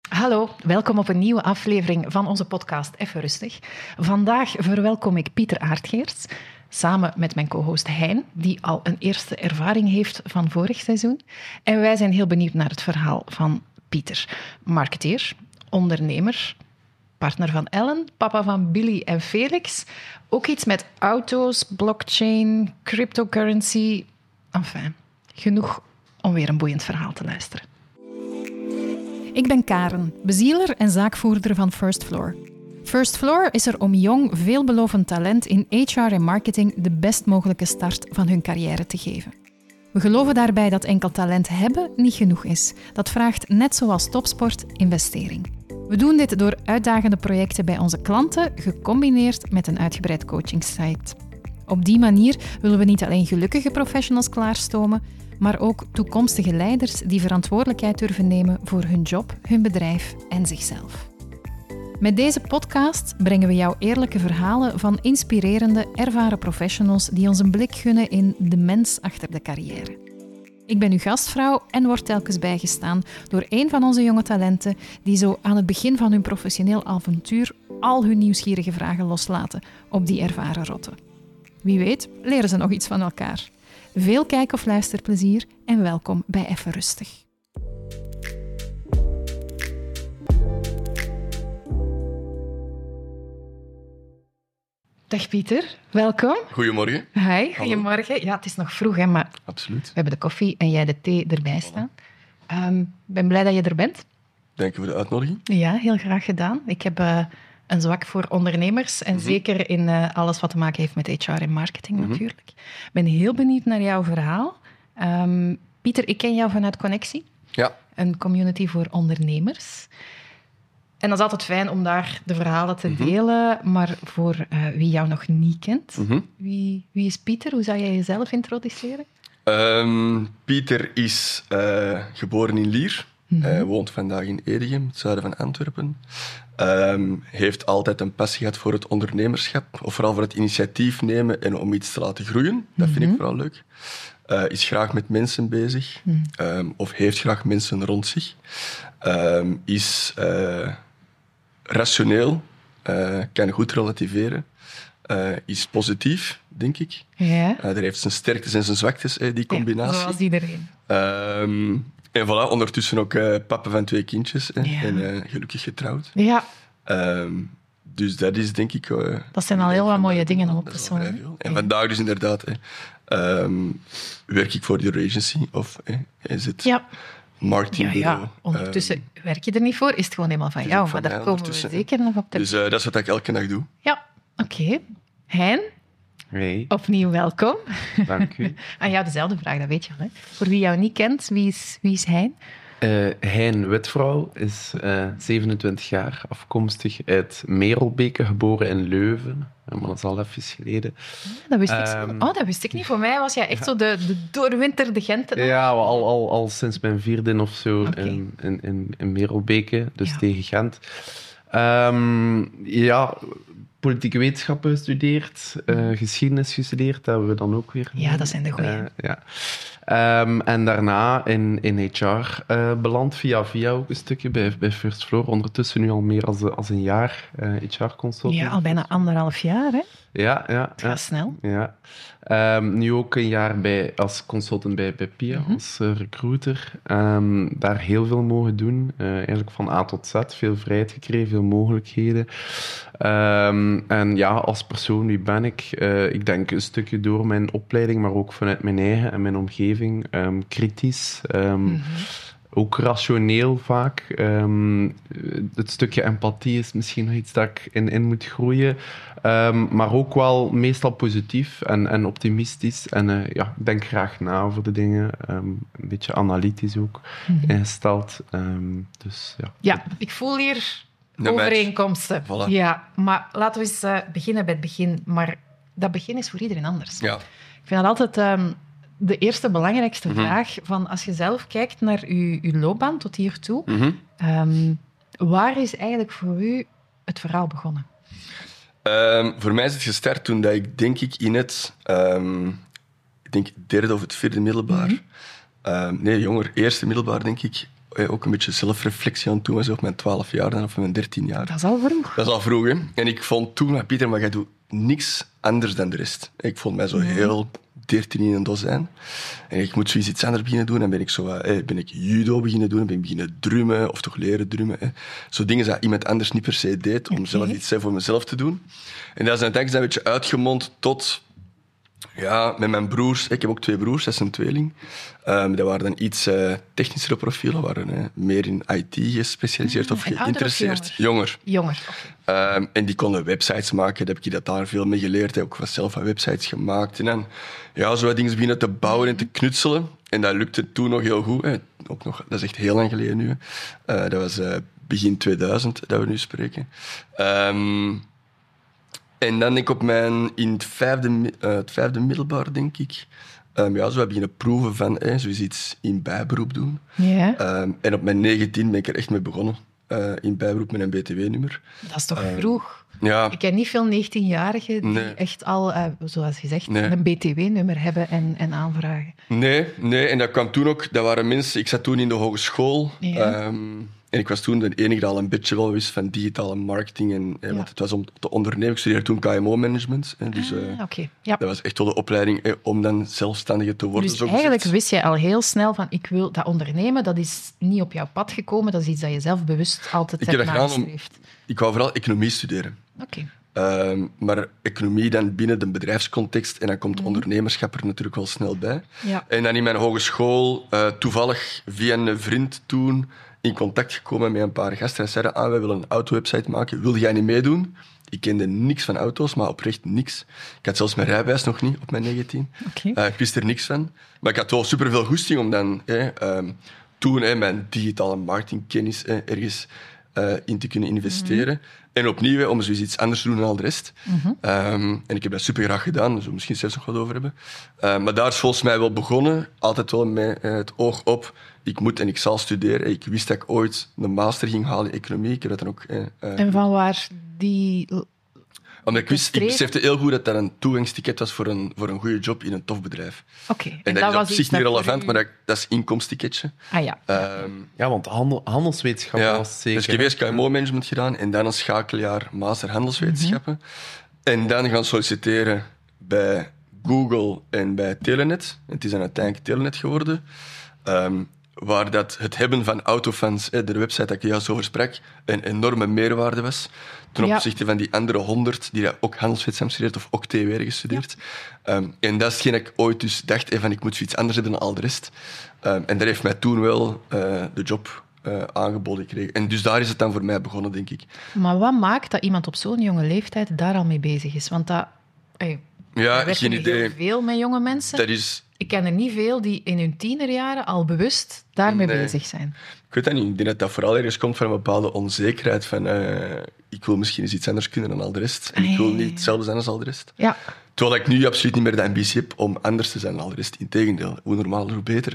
Hallo, welkom op een nieuwe aflevering van onze podcast Even Rustig. Vandaag verwelkom ik Pieter Aartgeerts, samen met mijn co-host Hein, die al een eerste ervaring heeft van vorig seizoen. En wij zijn heel benieuwd naar het verhaal van Pieter. Marketeer, ondernemer, partner van Ellen, papa van Billy en Felix. Ook iets met auto's, blockchain, cryptocurrency. Enfin, genoeg om weer een boeiend verhaal te luisteren. Ik ben Karen, bezieler en zaakvoerder van First Floor. First Floor is er om jong, veelbelovend talent in HR en marketing de best mogelijke start van hun carrière te geven. We geloven daarbij dat enkel talent hebben niet genoeg is. Dat vraagt, net zoals topsport, investering. We doen dit door uitdagende projecten bij onze klanten, gecombineerd met een uitgebreid coachingsite. Op die manier willen we niet alleen gelukkige professionals klaarstomen, maar ook toekomstige leiders die verantwoordelijkheid durven nemen voor hun job, hun bedrijf en zichzelf. Met deze podcast brengen we jou eerlijke verhalen van inspirerende, ervaren professionals die ons een blik gunnen in de mens achter de carrière. Ik ben uw gastvrouw en word telkens bijgestaan door een van onze jonge talenten die zo aan het begin van hun professioneel avontuur al hun nieuwsgierige vragen loslaten op die ervaren rotten. Wie weet leren ze nog iets van elkaar. Veel kijk- of luisterplezier en welkom bij Even Rustig. Dag Pieter, welkom. Goedemorgen. Hi, goedemorgen. Ja, het is nog vroeg, hè, maar Absoluut. we hebben de koffie en jij de thee erbij staan. Ik ben blij dat je er bent. Dank je voor de uitnodiging. Ja, heel graag gedaan. Ik heb een zwak voor ondernemers en zeker in alles wat te maken heeft met HR en marketing natuurlijk. Ik ben heel benieuwd naar jouw verhaal. Pieter, ik ken jou vanuit Connectie, Ja. een community voor ondernemers. En dat is altijd fijn om daar de verhalen te delen, maar voor wie jou nog niet kent, wie is Pieter? Hoe zou jij jezelf introduceren? Pieter is geboren in Lier. Woont vandaag in Edegem, het zuiden van Antwerpen. Heeft altijd een passie gehad voor het ondernemerschap, of vooral voor het initiatief nemen en om iets te laten groeien. Dat vind ik vooral leuk. Is graag met mensen bezig, of heeft graag mensen rond zich. Is rationeel, kan goed relativeren. Is positief, denk ik. Ja. Er heeft zijn sterktes en zijn zwaktes, die combinatie. Ja, zoals iedereen. En voilà, ondertussen ook papa van 2 kindjes en gelukkig getrouwd. Ja. Dus dat is denk ik... Dat zijn al heel wat mooie dingen op dat is al vrij persoon. veel. En vandaag dus inderdaad werk ik voor de agency, of is het Ja. marketingbureau. Ja. Ondertussen werk je er niet voor, is het gewoon helemaal van is jou, ook van maar daar mij komen we ondertussen, zeker nog op Dus dat is wat ik elke dag doe. Ja, oké. Hein, Hey, opnieuw welkom. dank u. Aan jou dezelfde vraag, dat weet je al. Hè? Voor wie jou niet kent, wie is Hein? Hein Witvrouw is 27 jaar, afkomstig uit Merelbeke, geboren in Leuven. Maar dat is al even geleden. Dat wist ik dat wist ik niet. Voor mij was jij echt zo de doorwinterde Gentenaar. Ja, al sinds mijn 4e of zo Oké. in Merelbeke, dus Ja. tegen Gent. Ja, politieke wetenschappen gestudeerd, geschiedenis gestudeerd, dat hebben we dan ook weer. Ja, dat zijn de goeie. Ja. En daarna in HR beland via ook een stukje bij First Floor. Ondertussen nu al meer dan een jaar HR-consultant. Ja, al bijna 1,5 jaar, hè? Ja. Het gaat snel. Ja. Nu ook een jaar als consultant bij PIA, als recruiter. Daar heel veel mogen doen. Eigenlijk van A tot Z. Veel vrijheid gekregen, veel mogelijkheden. En ja, als persoon, wie ben ik? Ik denk een stukje door mijn opleiding, maar ook vanuit mijn eigen en mijn omgeving. Kritisch. Ook rationeel vaak. Het stukje empathie is misschien nog iets dat ik in moet groeien. Maar ook wel meestal positief en optimistisch. En ik denk graag na over de dingen. Een beetje analytisch ook ingesteld. Dus ja. Ja, ik voel hier Een overeenkomsten. Voilà. Ja, maar laten we eens beginnen bij het begin. Maar dat begin is voor iedereen anders. Ja. Ik vind dat altijd de eerste belangrijkste vraag. Van als je zelf kijkt naar je loopbaan tot hiertoe, waar is eigenlijk voor u het verhaal begonnen? Voor mij is het gestart toen dat ik, denk ik, in het ik denk 3e of het 4e middelbaar, nee, jonger, 1e middelbaar, denk ik, ook een beetje zelfreflectie aan het doen was op mijn 12 jaar dan, of mijn 13 jaar. Dat is al vroeg. Dat is al vroeg, hè. En ik vond toen, Pieter, maar jij doet niks anders dan de rest. Ik vond mij zo heel 13 in een dozijn. En ik moet zoiets anders beginnen doen. Dan ben ik, ben ik judo beginnen doen, dan ben ik beginnen drummen, of toch leren drummen. Hè. Zo dingen dat iemand anders niet per se deed, om zelf iets voor mezelf te doen. En dat is uiteindelijk een beetje uitgemond tot... Ja, met mijn broers. Ik heb ook 2 broers, dat is een tweeling. Dat waren dan iets technischere profielen, waren meer in IT gespecialiseerd of geïnteresseerd. Jonger. En die konden websites maken, daar heb ik dat daar veel mee geleerd. Ik heb ook zelf wat websites gemaakt. En dan zo wat dingen beginnen te bouwen en te knutselen. En dat lukte toen nog heel goed. Ook nog, dat is echt heel lang geleden nu. Dat was begin 2000 dat we nu spreken. En dan ik in het vijfde middelbaar, denk ik, zo beginnen proeven van zoiets iets in bijberoep doen. Ja. En op mijn 19 ben ik er echt mee begonnen. In bijberoep met een BTW-nummer. Dat is toch vroeg? Ja. Ik ken niet veel 19-jarigen die echt al, zoals gezegd, een BTW-nummer hebben en aanvragen. Nee. En dat kwam toen ook... Dat waren mensen... Ik zat toen in de hogeschool. Ja. En ik was toen de enige die al een beetje wel wist van digitale marketing. Want het was om te ondernemen. Ik studeerde toen KMO-management. Dus dat was echt wel de opleiding om dan zelfstandige te worden. Dus eigenlijk wist je al heel snel van, ik wil dat ondernemen, dat is niet op jouw pad gekomen. Dat is iets dat je zelf bewust altijd hebt nagestreefd. Ik wou vooral economie studeren. Oké. Maar economie dan binnen de bedrijfscontext en dan komt ondernemerschap er natuurlijk wel snel bij. Ja. En dan in mijn hogeschool, toevallig via een vriend toen, in contact gekomen met een paar gasten en zeiden, wij willen een auto-website maken, wilde jij niet meedoen? Ik kende niks van auto's, maar oprecht niks. Ik had zelfs mijn rijbewijs nog niet op mijn 19. Okay. Ik wist er niks van. Maar ik had wel superveel goesting om dan toen mijn digitale marketingkennis ergens in te kunnen investeren. En opnieuw, om zoiets anders te doen dan al de rest. En ik heb dat super graag gedaan, daar zullen we misschien zelfs nog wat over hebben. Maar daar is volgens mij wel begonnen, altijd wel met het oog op, ik moet en ik zal studeren. Ik wist dat ik ooit een master ging halen in economie. Ik heb dat dan ook... en van waar die... Omdat ik besefte heel goed dat dat een toegangsticket was voor een goede job in een tof bedrijf. Okay. En dat is op zich niet relevant, maar dat is inkomsticketje. Ja, want handelswetenschap was zeker... Dus ik heb eerst KMO-management gedaan en dan een schakeljaar master handelswetenschappen. En dan gaan solliciteren bij Google en bij Telenet. Het is dan uiteindelijk Telenet geworden. Waar dat het hebben van Autofans, de website dat ik juist over sprak, een enorme meerwaarde was. Ten opzichte van die andere 100 die ook handelswetenschap studeert of ook TW gestudeerd. Ja. En dat is hetgeen dat ik ooit dus dacht, van ik moet zoiets anders hebben dan al de rest. En dat heeft mij toen wel de job aangeboden gekregen. En dus daar is het dan voor mij begonnen, denk ik. Maar wat maakt dat iemand op zo'n jonge leeftijd daar al mee bezig is? Want dat... geen idee. Heel veel met jonge mensen. Dat is... Ik ken er niet veel die in hun tienerjaren al bewust daarmee bezig zijn. Ik weet dat niet. Ik denk dat dat vooral ergens komt van een bepaalde onzekerheid. Van, ik wil misschien eens iets anders kunnen dan al de rest. En ik wil niet hetzelfde zijn als al de rest. Ja. Terwijl ik nu absoluut niet meer de ambitie heb om anders te zijn dan al de rest. Integendeel, hoe normaler, hoe beter.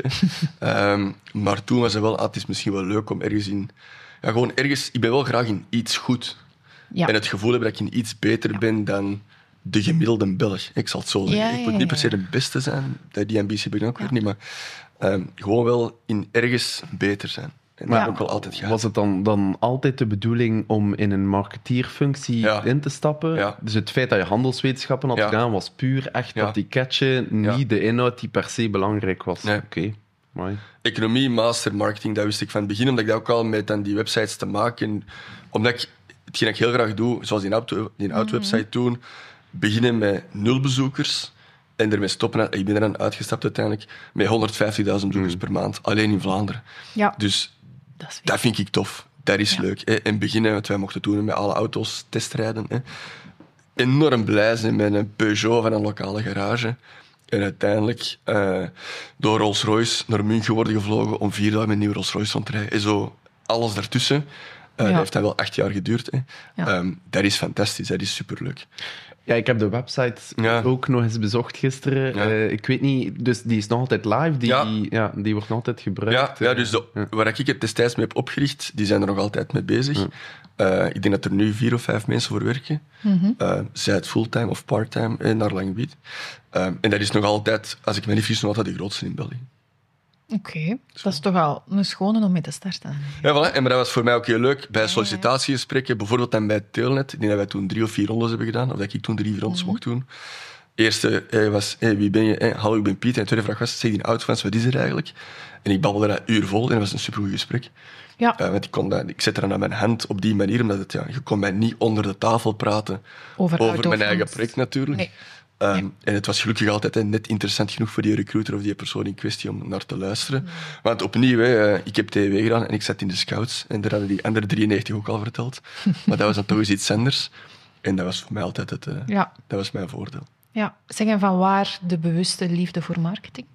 Maar toen was het wel, het is misschien wel leuk om ergens in... Ja, gewoon ergens... Ik ben wel graag in iets goed. Ja. En het gevoel hebben dat ik in iets beter ben dan... de gemiddelde Belg, ik zal het zo zeggen. Ik moet niet per se de beste zijn, die ambitie heb ik ook weer niet, maar gewoon wel in ergens beter zijn. En dat heb ik ook wel altijd gehad. Was het dan altijd de bedoeling om in een marketeerfunctie in te stappen? Ja. Dus het feit dat je handelswetenschappen had gedaan, was puur echt dat die catchen, niet de inhoud die per se belangrijk was. Nee. Oké. Economie, master, marketing, dat wist ik van het begin, omdat ik dat ook al met dan die websites te maken, omdat ik hetgeen ik heel graag doe, zoals die auto-website toen, beginnen met 0 bezoekers en ermee stoppen. Ik ben er dan uitgestapt uiteindelijk met 150.000 bezoekers per maand, alleen in Vlaanderen. Ja. Dus dat vind ik tof. Dat is leuk. En beginnen, wat wij mochten doen met alle auto's testrijden. Enorm blij zijn met een Peugeot van een lokale garage. En uiteindelijk door Rolls-Royce naar München worden gevlogen om 4 dagen met een nieuwe Rolls-Royce rond te rijden. En zo alles daartussen. Dat heeft dan wel 8 jaar geduurd. Dat is fantastisch, dat is superleuk. Ja, ik heb de website ook nog eens bezocht gisteren. Ja. Ik weet niet, dus die is nog altijd live, die wordt nog altijd gebruikt. Ja, dus waar ik het destijds mee heb opgericht, die zijn er nog altijd mee bezig. Ik denk dat er nu 4 of 5 mensen voor werken. Zij het fulltime of parttime naar lang gebied. En dat is nog altijd, als ik me niet vergis, nog altijd de grootste in België. Oké, dat is toch al een schone om mee te starten. Ja, voilà. En maar dat was voor mij ook heel leuk. Bij sollicitatiegesprekken, bijvoorbeeld dan bij Telenet, ik denk dat wij toen 3 of 4 rondes hebben gedaan, of dat ik toen 3 rondes mocht doen. Eerste was, wie ben je? Hallo, ik ben Pieter. En de tweede vraag was, zeg die autofans, wat is er eigenlijk? En ik babbelde dat uur vol en dat was een supergoed gesprek. Ja. Want ik zette dan aan mijn hand op die manier, omdat je kon mij niet onder de tafel praten over mijn eigen project natuurlijk. Nee. En het was gelukkig altijd net interessant genoeg voor die recruiter of die persoon in kwestie om naar te luisteren. Want opnieuw, ik heb TW gedaan en ik zat in de scouts. En daar hadden die andere 93 ook al verteld. Maar dat was dan toch eens iets anders. En dat was voor mij altijd dat was mijn voordeel. Ja. Zeg, en van waar de bewuste liefde voor marketing?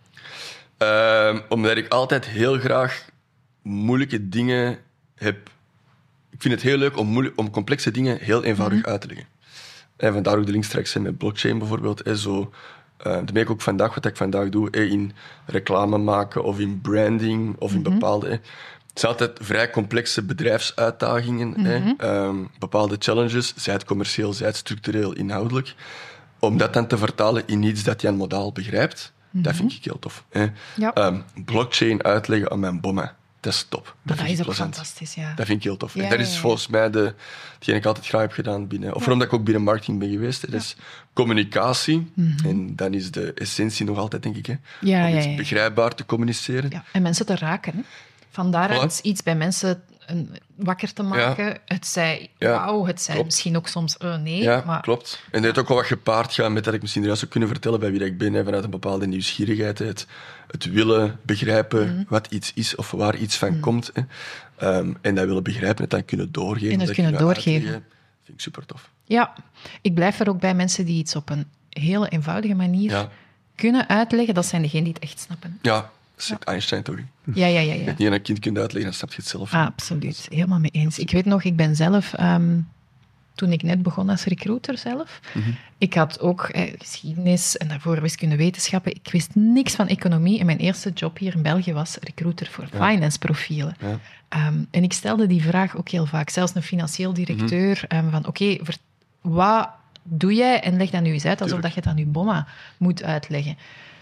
Omdat ik altijd heel graag moeilijke dingen heb. Ik vind het heel leuk om complexe dingen heel eenvoudig uit te leggen. En vandaar ook de link straks met blockchain bijvoorbeeld. Dat merk ik ook vandaag, wat ik vandaag doe, in reclame maken of in branding of in bepaalde... Het zijn altijd vrij complexe bedrijfsuitdagingen, bepaalde challenges, zij het commercieel, zij het structureel, inhoudelijk. Om dat dan te vertalen in iets dat Jan Modaal begrijpt, dat vind ik heel tof. Ja. Blockchain uitleggen aan mijn bommen. Dat is top. Dat vind is ik ook plezant. fantastisch, ja. Dat vind ik heel tof. Ja, en dat is volgens mij hetgeen ik altijd graag heb gedaan binnen... Of omdat ik ook binnen marketing ben geweest. Dat is communicatie. En dan is de essentie nog altijd, denk ik, om iets begrijpbaar te communiceren. Ja. En mensen te raken. Hè. Van daaruit iets bij mensen wakker te maken. Ja. Het zij wauw, het zij misschien ook soms nee. Ja, maar... klopt. En dat heeft ook wel wat gepaard gaan met dat ik misschien juist zou kunnen vertellen bij wie dat ik ben, vanuit een bepaalde nieuwsgierigheid. Het willen begrijpen wat iets is of waar iets van komt. En dat willen begrijpen, het dan kunnen doorgeven. En het kunnen doorgeven. Vind ik super tof. Ja, ik blijf er ook bij mensen die iets op een hele eenvoudige manier kunnen uitleggen. Dat zijn degenen die het echt snappen. Ja. Dat zegt Einstein toch? Ja. Dat niet aan een kind kunt uitleggen, dan snap je het zelf. Absoluut, helemaal mee eens. Ik weet nog, ik ben zelf, toen ik net begon als recruiter zelf, ik had ook geschiedenis en daarvoor wiskundewetenschappen. Ik wist niks van economie en mijn eerste job hier in België was recruiter voor finance profielen. Ja. En ik stelde die vraag ook heel vaak, zelfs een financieel directeur, van oké, wat doe jij? En leg dat nu eens uit, alsof dat je het aan je bomma moet uitleggen.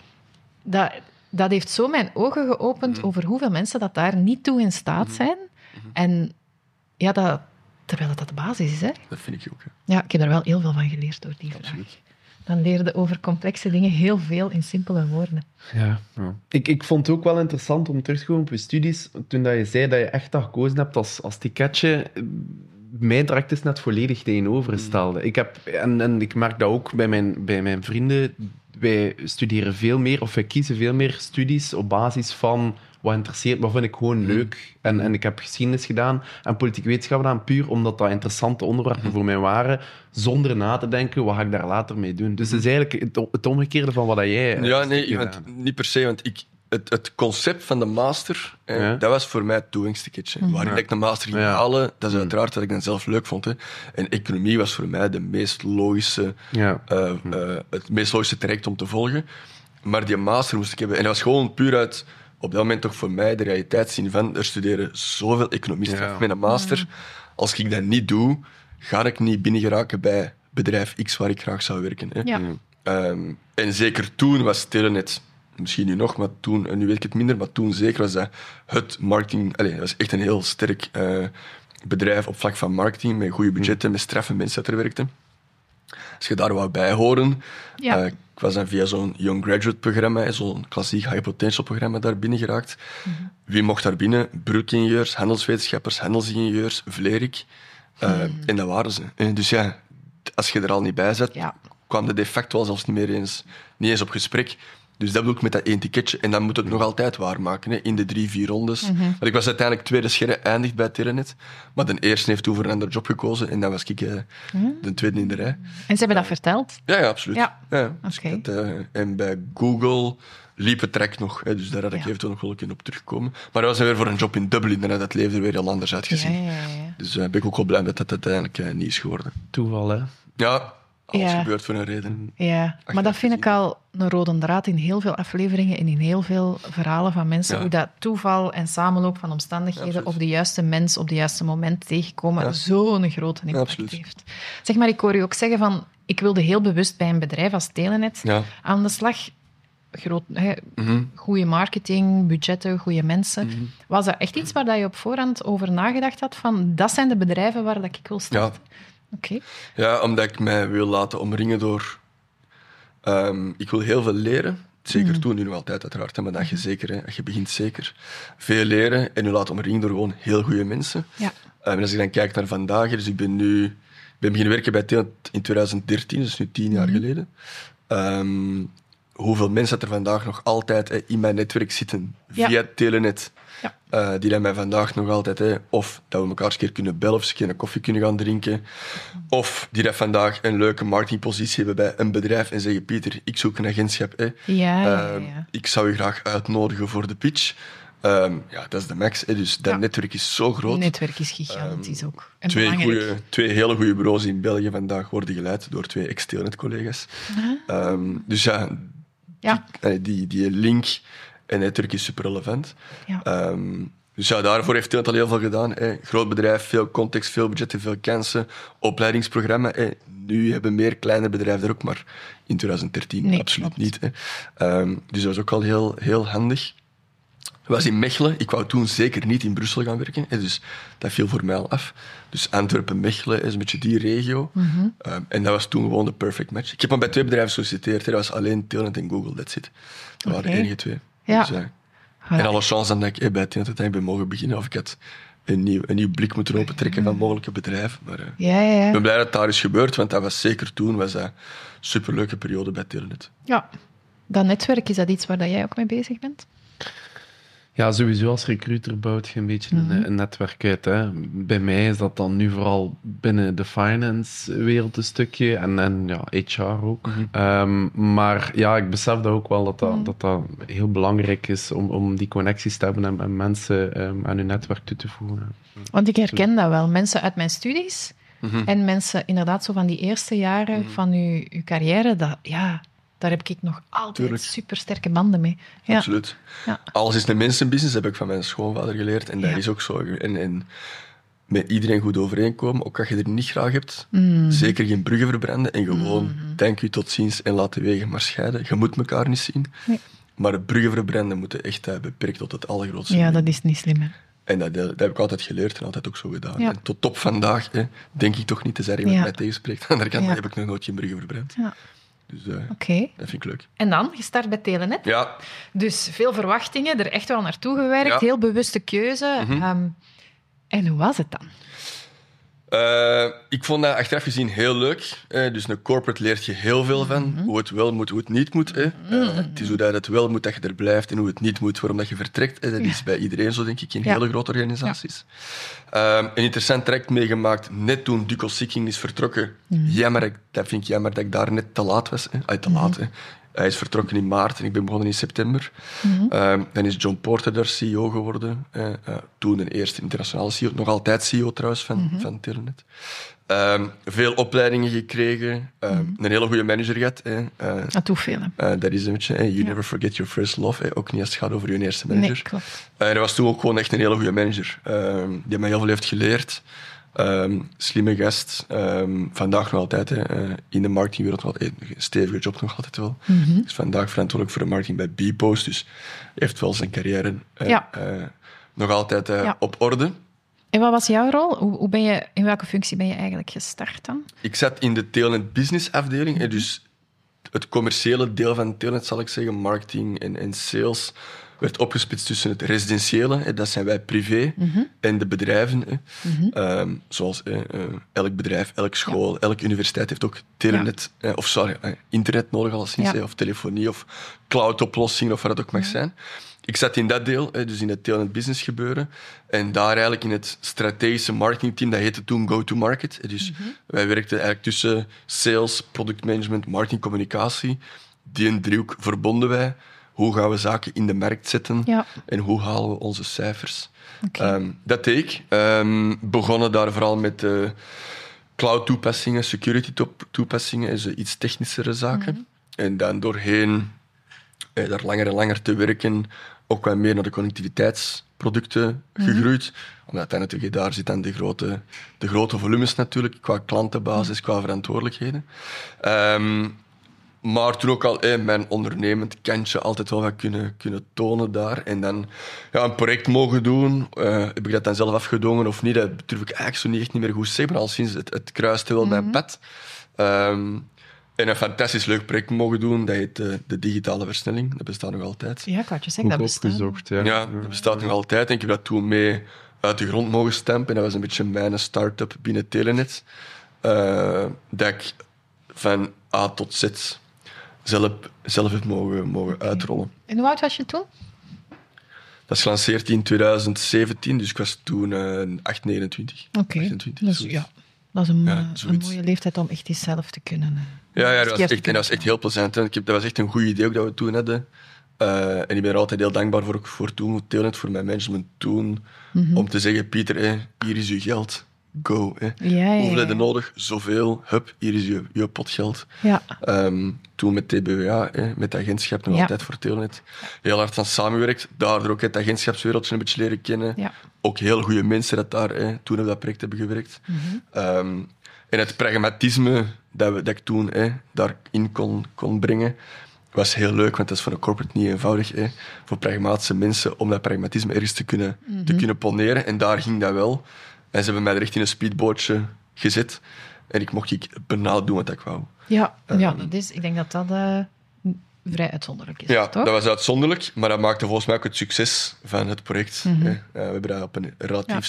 Dat heeft zo mijn ogen geopend over hoeveel mensen dat daar niet toe in staat zijn. En ja, terwijl dat de basis is. Hè? Dat vind ik ook. Ja, ik heb daar wel heel veel van geleerd door die vraag. Dan leerde over complexe dingen heel veel in simpele woorden. Ja. Ik vond het ook wel interessant om terug te komen op je studies. Toen dat je zei dat je echt dat gekozen hebt als ticketje... Mijn traject is net volledig tegenovergestelde. Ik merk dat ook bij mijn vrienden. Wij studeren veel meer, of wij kiezen veel meer studies op basis van wat interesseert, wat vind ik gewoon leuk. En ik heb geschiedenis gedaan en politieke wetenschap gedaan, puur omdat dat interessante onderwerpen voor mij waren, zonder na te denken, wat ga ik daar later mee doen. Dus het is eigenlijk het omgekeerde van wat jij... Ja, nee, want, niet per se, want het concept van de master, dat was voor mij het toegangsticketje. Waarin ik de master ging halen, dat is uiteraard wat ik dan zelf leuk vond. Hè. En economie was voor mij de meest logische, het meest logische traject om te volgen. Maar die master moest ik hebben. En dat was gewoon puur uit, op dat moment toch voor mij, de realiteit zien van, er studeren zoveel economisten met een master. Als ik dat niet doe, ga ik niet binnengeraken bij bedrijf X waar ik graag zou werken. Hè. Ja. En zeker toen was Telenet... Misschien nu nog, maar toen, en nu weet ik het minder, maar toen zeker was dat het marketing... dat was echt een heel sterk bedrijf op vlak van marketing, met goede budgetten, met straffe mensen dat er werkten. Als je daar wou bij horen... ik was dan via zo'n Young Graduate programma, zo'n klassiek high potential programma, daar binnen geraakt. Wie mocht daar binnen? Brugingenieurs, handelswetenschappers, handelsingenieurs, Vlerik. En dat waren ze. Dus ja, als je er al niet bij zat, kwam de de facto al zelfs niet eens op gesprek. Dus dat bedoel ik met dat één ticketje. En dan moet het nog altijd waarmaken, hè, in de 3-4 rondes. Want ik was uiteindelijk tweede scherre eindigd bij Telenet. Maar de eerste heeft toen voor een andere job gekozen. En dan was ik de tweede in de rij. En ze hebben dat verteld? Ja, absoluut. Ja. Dus en bij Google liep het trek nog. Hè, dus daar had ik eventueel nog wel kunnen op terugkomen. Maar dat was dan weer voor een job in Dublin. En dat leefde er weer heel anders uitgezien. Ja. Dus ben ik ook wel blij dat dat uiteindelijk niet is geworden. Toeval, hè? Ja. Alles gebeurt voor een reden. Ja, maar dat vind ik al een rode draad in heel veel afleveringen en in heel veel verhalen van mensen. Hoe dat toeval en samenloop van omstandigheden of de juiste mens op het juiste moment tegenkomen zo'n grote impact heeft. Zeg maar, ik hoor je ook zeggen van, ik wilde heel bewust bij een bedrijf als Telenet aan de slag. goede marketing, budgetten, goede mensen. Was dat echt iets waar dat je op voorhand over nagedacht had? Van, dat zijn de bedrijven waar dat ik wil starten? Ja. Oké. Ja, omdat ik mij wil laten omringen door... ik wil heel veel leren. Zeker toen, nu nog altijd uiteraard. Maar dat je zeker, je begint zeker veel leren en je laat omringen door gewoon heel goede mensen. Ja. En als ik dan kijk naar vandaag, dus ik ben beginnen werken bij Telenet in 2013, dus nu 10 jaar geleden. Hoeveel mensen dat er vandaag nog altijd in mijn netwerk zitten via Telenet, die dan mij vandaag nog altijd, of dat we elkaar eens een keer kunnen bellen of eens een keer een koffie kunnen gaan drinken, of die dat vandaag een leuke marketingpositie hebben bij een bedrijf en zeggen, Pieter, ik zoek een agentschap, ik zou je graag uitnodigen voor de pitch. Dat is de max. Dus dat netwerk is zo groot. Het netwerk is gigantisch ook. En twee hele goede bureaus in België vandaag worden geleid door 2 ex-Telenet-collega's. Dus die link en netwerk is super relevant. Ja. Dus daarvoor heeft Telenet al heel veel gedaan. Groot bedrijf, veel context, veel budgetten, veel kansen, opleidingsprogramma. Nu hebben meer kleine bedrijven er ook, maar in 2013 absoluut niet. Dus dat was ook al heel, heel handig. Ik was in Mechelen. Ik wou toen zeker niet in Brussel gaan werken. Dus dat viel voor mij al af. Dus Antwerpen-Mechelen is een beetje die regio. En dat was toen gewoon de perfect match. Ik heb me bij 2 bedrijven gesolliciteerd. Dat was alleen Telenet en Google, that's it. Dat waren de enige 2. Ja. Dus, en alle chance dat ik bij Telenet ben mogen beginnen. Of ik had een nieuw blik moeten opentrekken van mogelijke bedrijven. Maar ik ben blij dat het daar is gebeurd, want dat was zeker toen was dat een superleuke periode bij Telenet. Ja. Dat netwerk, is dat iets waar dat jij ook mee bezig bent? Ja, sowieso als recruiter bouwt je een beetje een netwerk uit. Hè. Bij mij is dat dan nu vooral binnen de finance-wereld een stukje en HR ook. Maar ja, ik besef dat ook wel dat heel belangrijk is om die connecties te hebben en mensen aan hun netwerk toe te voegen. Want ik herken dat wel. Mensen uit mijn studies en mensen inderdaad zo van die eerste jaren van uw carrière, daar heb ik nog altijd supersterke banden mee. Ja. Absoluut. Ja. Alles is een mensenbusiness, heb ik van mijn schoonvader geleerd. En dat is ook zo. En met iedereen goed overeenkomen, ook als je er niet graag hebt. Zeker geen bruggen verbranden en gewoon dank u, tot ziens en laat de wegen maar scheiden. Je moet elkaar niet zien. Nee. Maar de bruggen verbranden moeten echt beperkt tot het allergrootste. Ja, dat is niet slim, hè. En dat heb ik altijd geleerd en altijd ook zo gedaan. Ja. En tot op vandaag denk ik toch niet te zeggen dat mij tegenspreekt. Aan de andere kant heb ik nog nooit geen bruggen verbrand. Ja. Dus dat vind ik leuk. En dan, je start bij Telenet. Ja. Dus veel verwachtingen, er echt wel naartoe gewerkt, heel bewuste keuze. En hoe was het dan? Ik vond dat achteraf gezien heel leuk. Dus een corporate leert je heel veel van. Hoe het wel moet, hoe het niet moet. Het is hoe dat het wel moet, dat je er blijft. En hoe het niet moet, waarom dat je vertrekt. Dat is bij iedereen zo, denk ik, in hele grote organisaties. Een interessant traject meegemaakt, net toen Duco Sikking is vertrokken. Dat vind ik jammer dat ik daar net te laat was. Te laat. Hij is vertrokken in maart en ik ben begonnen in september. Dan is John Porter daar CEO geworden. Toen een eerste internationale CEO. Nog altijd CEO trouwens van Telenet. Veel opleidingen gekregen. Een hele goede manager gehad. Dat doet veel. Dat is een beetje... You never forget your first love. Ook niet als het gaat over je eerste manager. Nee, klopt. Hij was toen ook gewoon echt een hele goede manager. Die mij heel veel heeft geleerd. Slimme gast. Vandaag nog altijd in de marketingwereld nog altijd een stevige job nog altijd wel. Is vandaag verantwoordelijk voor de marketing bij Bpost. Dus heeft wel zijn carrière nog altijd op orde. En wat was jouw rol? In welke functie ben je eigenlijk gestart dan? Ik zat in de Telenet Business afdeling. Dus het commerciële deel van Telenet, zal ik zeggen, marketing en sales, werd opgesplitst tussen het residentiële, dat zijn wij privé, en de bedrijven. Zoals elk bedrijf, elke school, elke universiteit heeft ook Telenet, internet nodig alleszins, of telefonie of cloud-oplossingen of wat het ook mag zijn. Ik zat in dat deel, dus in het Telenet Business gebeuren. En daar eigenlijk in het strategische marketingteam, dat heette toen Go-to-Market. Dus wij werkten eigenlijk tussen sales, product management, marketing, communicatie. Die een driehoek verbonden wij. Hoe gaan we zaken in de markt zetten? Ja. En hoe halen we onze cijfers? Okay. Dat deed ik. Begonnen daar vooral met cloud-toepassingen, security-toepassingen, iets technischere zaken. En dan doorheen daar langer en langer te werken, ook wel meer naar de connectiviteitsproducten gegroeid. Omdat dan natuurlijk daar zit dan de grote volumes natuurlijk, qua klantenbasis, qua verantwoordelijkheden. Maar toen ook al mijn ondernemend kantje altijd wel wat kunnen tonen daar. En dan een project mogen doen. Heb ik dat dan zelf afgedwongen of niet? Dat durf ik eigenlijk zo niet meer goed zeggen. Maar al sinds het kruiste wel mijn pad. En een fantastisch leuk project mogen doen. Dat heet de digitale versnelling. Dat bestaat nog altijd. Ja, ik had je zeggen, dat bestaat. Opgezocht, Ja, dat bestaat nog altijd. En ik heb dat toen mee uit de grond mogen stampen. En dat was een beetje mijn start-up binnen Telenet. Dat ik van A tot Z zelf heb mogen uitrollen. En hoe oud was je toen? Dat is gelanceerd in 2017, dus ik was toen 8, 29. Oké, 28, dus, zoiets. ja, dat is een zoiets. mooie leeftijd om echt iets zelf te kunnen. Ja, dat was echt heel plezant. Hè. Dat was echt een goed idee ook dat we toen hadden. En ik ben er altijd heel dankbaar voor toen, voor Telenet, voor mijn management toen, om te zeggen, Pieter, hier is uw geld. Go. Hoeveel heb je nodig? Zoveel. Hup, hier is je potgeld. Ja. Toen met TBWA, met het agentschap, nog altijd voor Telenet. Heel hard aan samengewerkt. Daardoor ook het agentschapswereldje een beetje leren kennen. Ja. Ook heel goede mensen dat daar toen op dat project hebben gewerkt. En het pragmatisme dat ik toen daarin kon brengen, was heel leuk, want dat is voor een corporate niet eenvoudig. Voor pragmatische mensen om dat pragmatisme ergens te kunnen poneren. En daar ging dat wel. En ze hebben mij er echt in een speedbootje gezet. En ik mocht benauwd doen wat ik wou. Ja, dat is, ik denk dat dat vrij uitzonderlijk is. Ja, toch? dat was uitzonderlijk. Maar dat maakte volgens mij ook het succes van het project. We hebben dat op een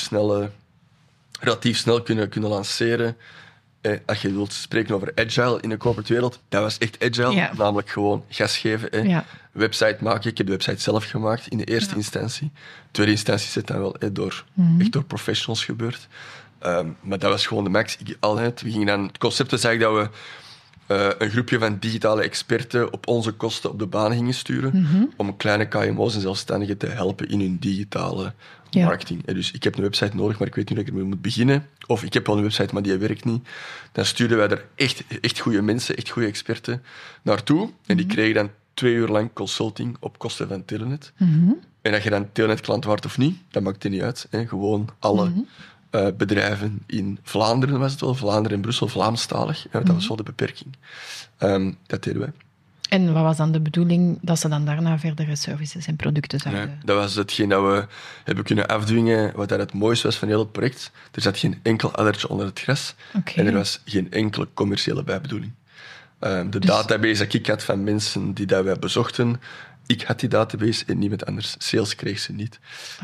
relatief snel kunnen lanceren. Als je wilt spreken over agile in de corporate wereld, dat was echt agile. Ja. Namelijk gewoon gas geven. Ja. Website maken. Ik heb de website zelf gemaakt in de eerste instantie. Tweede instantie is het dan wel echt door professionals gebeurd. Maar dat was gewoon de max. We gingen dan, het concept was eigenlijk dat we een groepje van digitale experten op onze kosten op de baan gingen sturen om kleine KMO's en zelfstandigen te helpen in hun digitale marketing. Dus ik heb een website nodig, maar ik weet niet hoe ik ermee moet beginnen. Of ik heb wel een website, maar die werkt niet. Dan stuurden wij er echt goede mensen, echt goede experten naartoe. En die kregen dan 2 uur lang consulting op kosten van Telenet. En dat je dan Telenet-klant wordt of niet, dat maakt het niet uit. Gewoon alle bedrijven in Vlaanderen was het wel, Vlaanderen en Brussel, Vlaamstalig. Dat was wel de beperking. Dat deden wij. En wat was dan de bedoeling dat ze dan daarna verdere services en producten zouden... Ja, dat was hetgeen dat we hebben kunnen afdwingen, wat dat het mooiste was van heel het project. Er zat geen enkel addertje onder het gras. En er was geen enkele commerciële bijbedoeling. De database dat ik had van mensen die dat wij bezochten, ik had die database en niemand anders. Sales kreeg ze niet.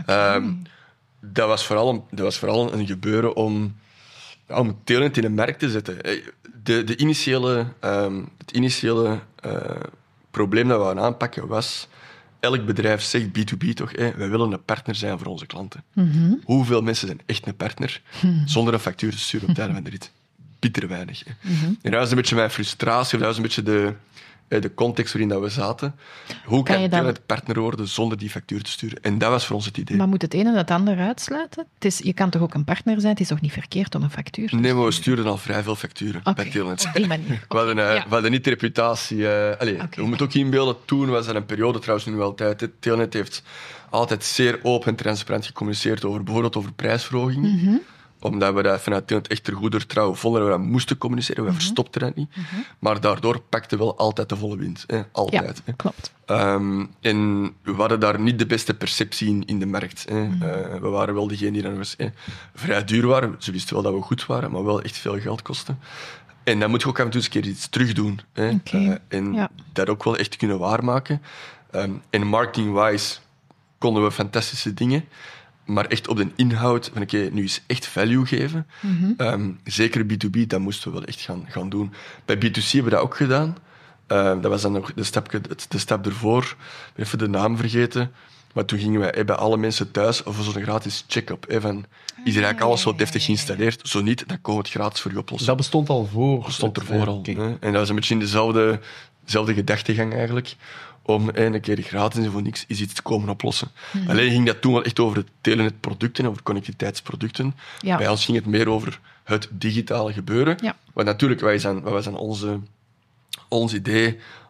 Dat was vooral een gebeuren om Telenet in de markt te zetten. Het initiële probleem dat we aan aanpakken was, elk bedrijf zegt B2B toch, wij willen een partner zijn voor onze klanten. Hoeveel mensen zijn echt een partner zonder een factuur te sturen op het einde van de rit? Bitter weinig. En dat was een beetje mijn frustratie, dat was een beetje de context waarin dat we zaten. Hoe kan je Telenet partner worden zonder die factuur te sturen? En dat was voor ons het idee. Maar moet het ene het andere uitsluiten? Je kan toch ook een partner zijn? Het is toch niet verkeerd om een factuur te sturen? Nee, maar we stuurden al vrij veel facturen bij Telenet. Op die manier. We hadden niet de reputatie... We moeten ook inbeelden, toen was dat een periode, trouwens nu wel tijd. Telenet heeft altijd zeer open en transparant gecommuniceerd over bijvoorbeeld over prijsverhogingen. Omdat we dat vanuit Telenet echt ter goeder trouw vonden dat we dat moesten communiceren. We verstopten dat niet. Maar daardoor pakte wel altijd de volle wind. Altijd. Ja, klopt. En we hadden daar niet de beste perceptie in de markt. We waren wel degene die dan nog eens vrij duur waren. Ze wisten wel dat we goed waren, maar wel echt veel geld kosten. En dan moet je ook af en toe eens een keer iets terugdoen. En dat ook wel echt kunnen waarmaken. En marketing-wise konden we fantastische dingen. Maar echt op de inhoud van nu eens echt value geven. Zeker B2B, dat moesten we wel echt gaan doen. Bij B2C hebben we dat ook gedaan. Dat was dan nog de stap ervoor. Ik ben even de naam vergeten. Maar toen gingen wij bij alle mensen thuis voor zo'n gratis check-up. Is er eigenlijk alles zo deftig geïnstalleerd? Zo niet, dan komen we het gratis voor je oplossen. Dat bestond al voor. Dat stond ervoor al. En dat was een beetje in dezelfde gedachtegang eigenlijk. Om een keer gratis en voor niks iets te komen oplossen. Alleen ging dat toen wel echt over de Telenet-producten, over connectiviteitsproducten. Ja. Bij ons ging het meer over het digitale gebeuren. Ja. Want natuurlijk, wat was dan ons idee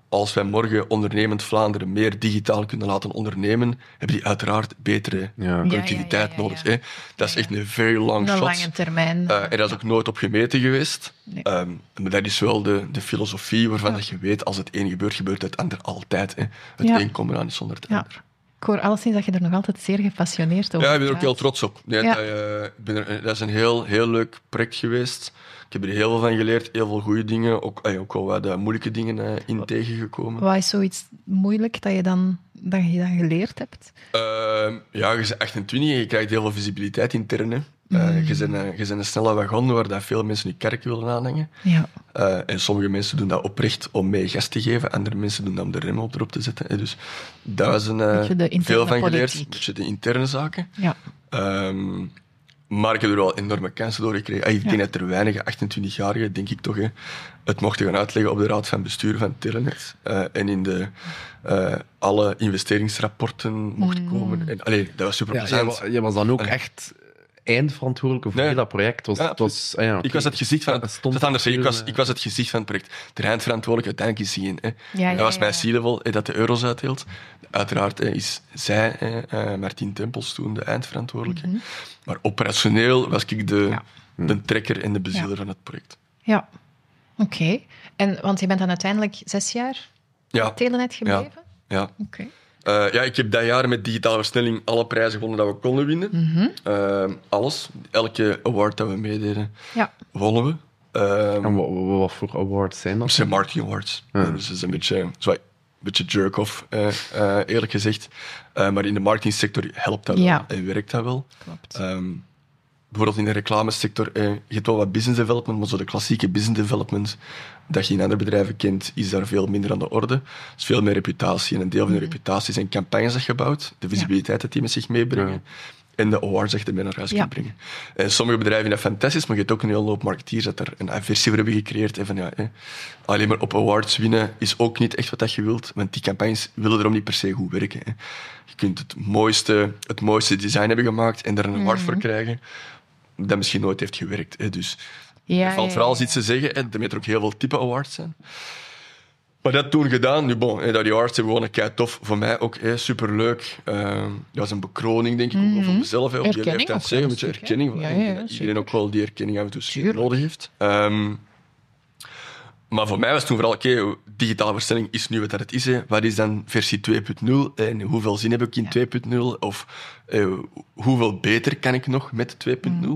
als wij morgen ondernemend Vlaanderen meer digitaal kunnen laten ondernemen, hebben die uiteraard betere productiviteit nodig. Hè. Dat is echt een very long shot. Een lange termijn. En dat is ook nooit op gemeten geweest. Nee. Maar dat is wel de filosofie waarvan dat je weet, als het een gebeurt, gebeurt het ander altijd. Hè. Het een komt eraan is zonder het ander. Ik hoor alleszins dat je er nog altijd zeer gepassioneerd over Ja, ik ben er ook praat. heel trots op. Nee, dat is een heel leuk project geweest. Ik heb er heel veel van geleerd, heel veel goede dingen, ook wel wat moeilijke dingen in tegengekomen. Wat is zoiets moeilijk dat je dan geleerd hebt? Je bent 28 en je krijgt heel veel visibiliteit intern. Hè. Je bent een snelle wagon waar dat veel mensen je kerk willen aanhangen. Ja. En sommige mensen doen dat oprecht om mee gas te geven, andere mensen doen dat om de rem erop te zetten. Hè. Dus daar is veel van geleerd. Een beetje de interne zaken. Ja. Maar ik heb er wel enorme kansen door gekregen. Ik denk dat er weinige 28-jarigen, denk ik toch, het mochten gaan uitleggen op de raad van bestuur van Telenet. En in alle investeringsrapporten mochten komen. En, dat was super plezant. Je was dan ook echt eindverantwoordelijke voor heel dat project. Ik was het gezicht van ik was het gezicht van het project. De eindverantwoordelijke uiteindelijk is zien. Dat was bij C-level dat de euro's uitdeelt. Uiteraard is zij, Martien Tempels, toen de eindverantwoordelijke. Maar operationeel was ik de trekker en de bezieler van het project. Ja, oké. Want je bent dan uiteindelijk 6 jaar bij Telenet gebleven? Ja. Oké. Ik heb dat jaar met digitale versnelling alle prijzen gewonnen dat we konden winnen. Alles. Elke award dat we meededen, wonnen we. En wat voor awards zijn dat? Dat zijn marketing awards. Dus dat is een beetje jerk-off, eerlijk gezegd. Maar in de marketingsector helpt dat wel en werkt dat wel. Klopt. Bijvoorbeeld in de reclamesector, je hebt wel wat business development, maar zo de klassieke business development dat je in andere bedrijven kent, is daar veel minder aan de orde. Er is veel meer reputatie en een deel van de reputatie zijn campagnes dat je bouwt, de visibiliteit dat die met zich meebrengen en de awards dat je ermee naar huis kunt brengen. En sommige bedrijven vinden dat fantastisch, maar je hebt ook een hele hoop marketeers dat er een aversie voor hebben gecreëerd. Alleen maar op awards winnen is ook niet echt wat je wilt, want die campagnes willen erom niet per se goed werken. Hè. Je kunt het mooiste design hebben gemaakt en daar een award voor krijgen, dat misschien nooit heeft gewerkt. Hè. Dus er valt vooral iets te zeggen, daarmee er ook heel veel type awards zijn. Maar dat toen gedaan. Nu, dat die awards hebben gewoon een kei tof. Voor mij ook superleuk. Dat was een bekroning, denk ik, ook wel voor mezelf. Op die leeftijd zeggen, een beetje erkenning. Dat iedereen ook wel die erkenning af en toe nodig heeft. Maar voor mij was toen vooral, digitale versnelling is nu wat dat het is. Wat is dan versie 2.0? En hoeveel zin heb ik in 2.0? Of hoeveel beter kan ik nog met 2.0?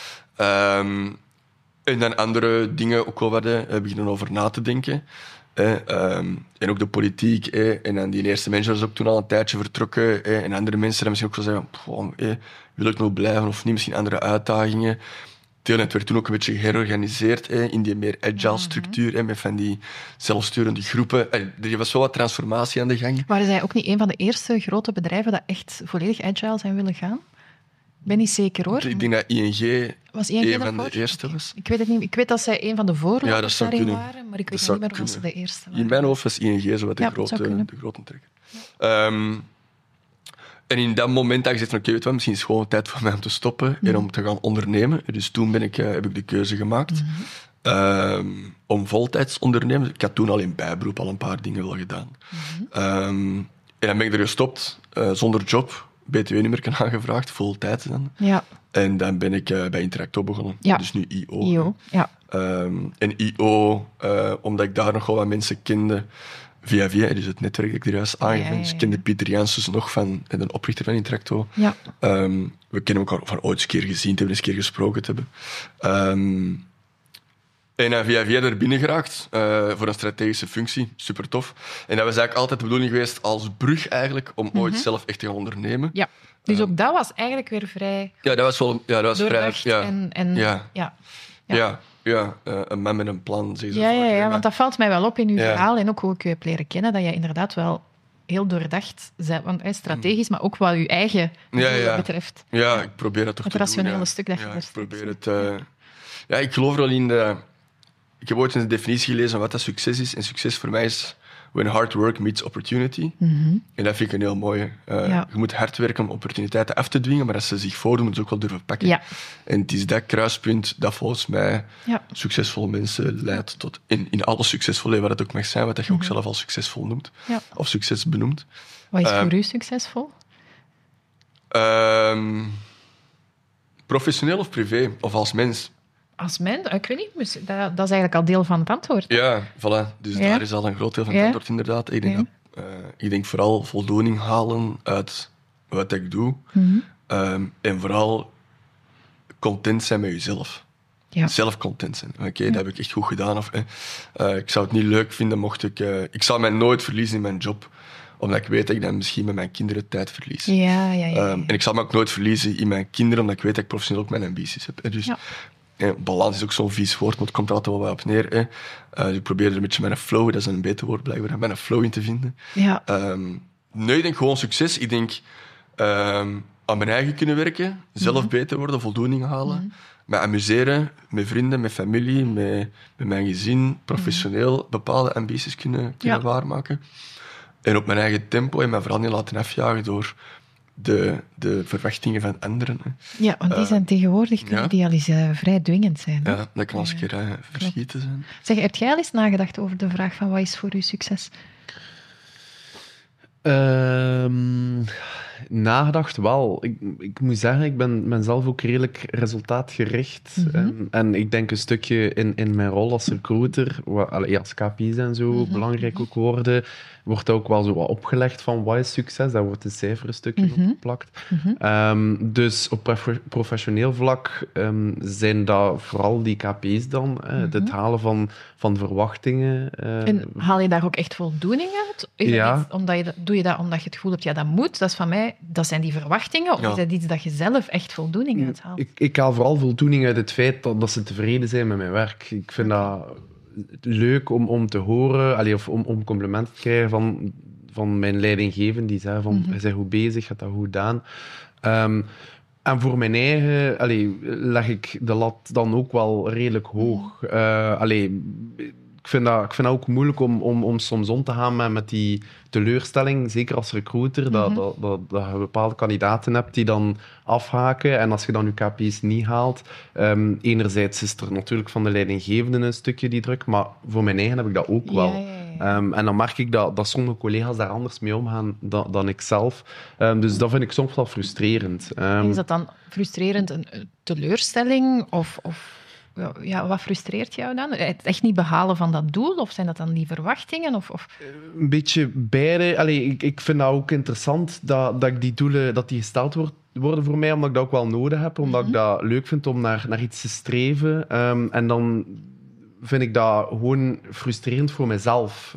En dan andere dingen ook wel wat beginnen over na te denken. En ook de politiek. En dan die eerste mensen was ook toen al een tijdje vertrokken. En andere mensen dan misschien ook zo zeggen, wil ik nog blijven of niet? Misschien andere uitdagingen. Telenet werd toen ook een beetje gereorganiseerd in die meer agile structuur, met van die zelfsturende groepen. Er was wel wat transformatie aan de gang. Waren zij ook niet een van de eerste grote bedrijven dat echt volledig agile zijn willen gaan? Ik ben niet zeker, hoor. Ik denk dat ING was een van de eerste was. Ik weet het niet. Ik weet dat zij een van de voorlopers daarin waren, maar ik weet niet meer of ze de eerste waren. In mijn hoofd was ING zo wat de grote trekker. En in dat moment had ik gezegd van, weet je wat, misschien is het gewoon tijd voor mij om te stoppen en om te gaan ondernemen. Dus toen heb ik de keuze gemaakt om voltijds ondernemen. Ik had toen al in bijberoep al een paar dingen wel gedaan. En dan ben ik er gestopt, zonder job, BTW-nummer aangevraagd, voltijds dan. Ja. En dan ben ik bij Interacto begonnen. Ja. Dus nu IO. Ja. En IO, omdat ik daar nog wel wat mensen kende, via, dus het netwerk dat ik er juist aangegeven. Dus ik kende Pieter Janssens nog van de oprichter van Interacto. Ja. We kennen elkaar van ooit eens een keer gezien te hebben, eens een keer gesproken te hebben. En dan via er binnen geraakt voor een strategische functie. Super tof. En dat was eigenlijk altijd de bedoeling geweest als brug eigenlijk om ooit zelf echt te gaan ondernemen. Ja. Dus ook dat was eigenlijk weer vrij... Ja, dat was wel... Ja, dat was vrij... Een man met een plan. Ja, want dat valt mij wel op in uw verhaal en ook hoe ik u heb leren kennen, dat je inderdaad wel heel doordacht bent, want strategisch, maar ook wat uw eigen betreft. Ja, ik probeer dat toch het te doen. Het rationele stuk dat je daar probeer het... ik geloof wel in de... Ik heb ooit een definitie gelezen van wat dat succes is. En succes voor mij is when hard work meets opportunity. En dat vind ik een heel mooie. Je moet hard werken om opportuniteiten af te dwingen, maar als ze zich voordoen, moet je ook wel durven pakken. Ja. En het is dat kruispunt dat volgens mij succesvolle mensen leidt tot, in alle succesvol leven, wat het ook mag zijn, wat je ook zelf al succesvol noemt. Ja. Of succes benoemt. Wat is voor u succesvol? Professioneel of privé? Of als mens? Als mens? Ik weet niet. Dat is eigenlijk al deel van het antwoord. Ja, voilà. Dus daar is al een groot deel van het antwoord, inderdaad. Ik denk vooral voldoening halen uit wat ik doe. En vooral content zijn met jezelf. Ja. Zelf content zijn. Oké, dat heb ik echt goed gedaan. Of, ik zou het niet leuk vinden mocht ik... ik zou mij nooit verliezen in mijn job, omdat ik weet dat ik dan misschien met mijn kinderen tijd verlies. En ik zal me ook nooit verliezen in mijn kinderen, omdat ik weet dat ik professioneel ook mijn ambities heb. Dus balans is ook zo'n vies woord, maar het komt er altijd wel wat op neer. Dus ik probeer er een beetje mijn flow, dat is een beter woord blijkbaar, mijn flow in te vinden. Ja. Nee, ik denk gewoon succes. Ik denk aan mijn eigen kunnen werken, zelf beter worden, voldoening halen. Me amuseren, met vrienden, met familie, met mijn gezin, professioneel bepaalde ambities kunnen waarmaken. En op mijn eigen tempo en mij vooral niet laten afjagen door de verwachtingen van anderen. Ja, want die zijn tegenwoordig die al eens vrij dwingend zijn. Ja, dat kan als een keer verschieten zijn. Zeg, heb jij al eens nagedacht over de vraag van wat is voor u succes? Nagedacht wel. Ik moet zeggen, ik ben zelf ook redelijk resultaatgericht. En ik denk een stukje in mijn rol als recruiter, als KPI's en zo belangrijk ook worden, wordt ook wel zo wat opgelegd van wat is succes. Daar wordt een cijfer een stukje opgeplakt. Dus op professioneel vlak zijn dat vooral die KPI's dan. Het halen van verwachtingen. En haal je daar ook echt voldoening uit? Doe je dat omdat je het gevoel hebt, ja, dat moet? Dat is van mij, dat zijn die verwachtingen? Of is dat iets dat je zelf echt voldoening uit haalt? Ik haal vooral voldoening uit het feit dat ze tevreden zijn met mijn werk. Ik vind dat leuk om te horen, of om complimenten te krijgen van mijn leidinggevende, die zei van, je bent goed bezig, je hebt dat goed gedaan. En voor mijn eigen leg ik de lat dan ook wel redelijk hoog. Ik vind dat ook moeilijk om soms om te gaan met die teleurstelling, zeker als recruiter, dat je bepaalde kandidaten hebt die dan afhaken. En als je dan je KPI's niet haalt, enerzijds is er natuurlijk van de leidinggevende een stukje die druk, maar voor mijn eigen heb ik dat ook wel. En dan merk ik dat sommige collega's daar anders mee omgaan dan ik zelf. Dus dat vind ik soms wel frustrerend. Is dat dan frustrerend een teleurstelling? Of wat frustreert jou dan? Het echt niet behalen van dat doel? Of zijn dat dan die verwachtingen? Of? Een beetje beide. Ik vind dat ook interessant dat ik die doelen dat die gesteld worden voor mij, omdat ik dat ook wel nodig heb. Omdat ik dat leuk vind om naar iets te streven. En dan vind ik dat gewoon frustrerend voor mezelf.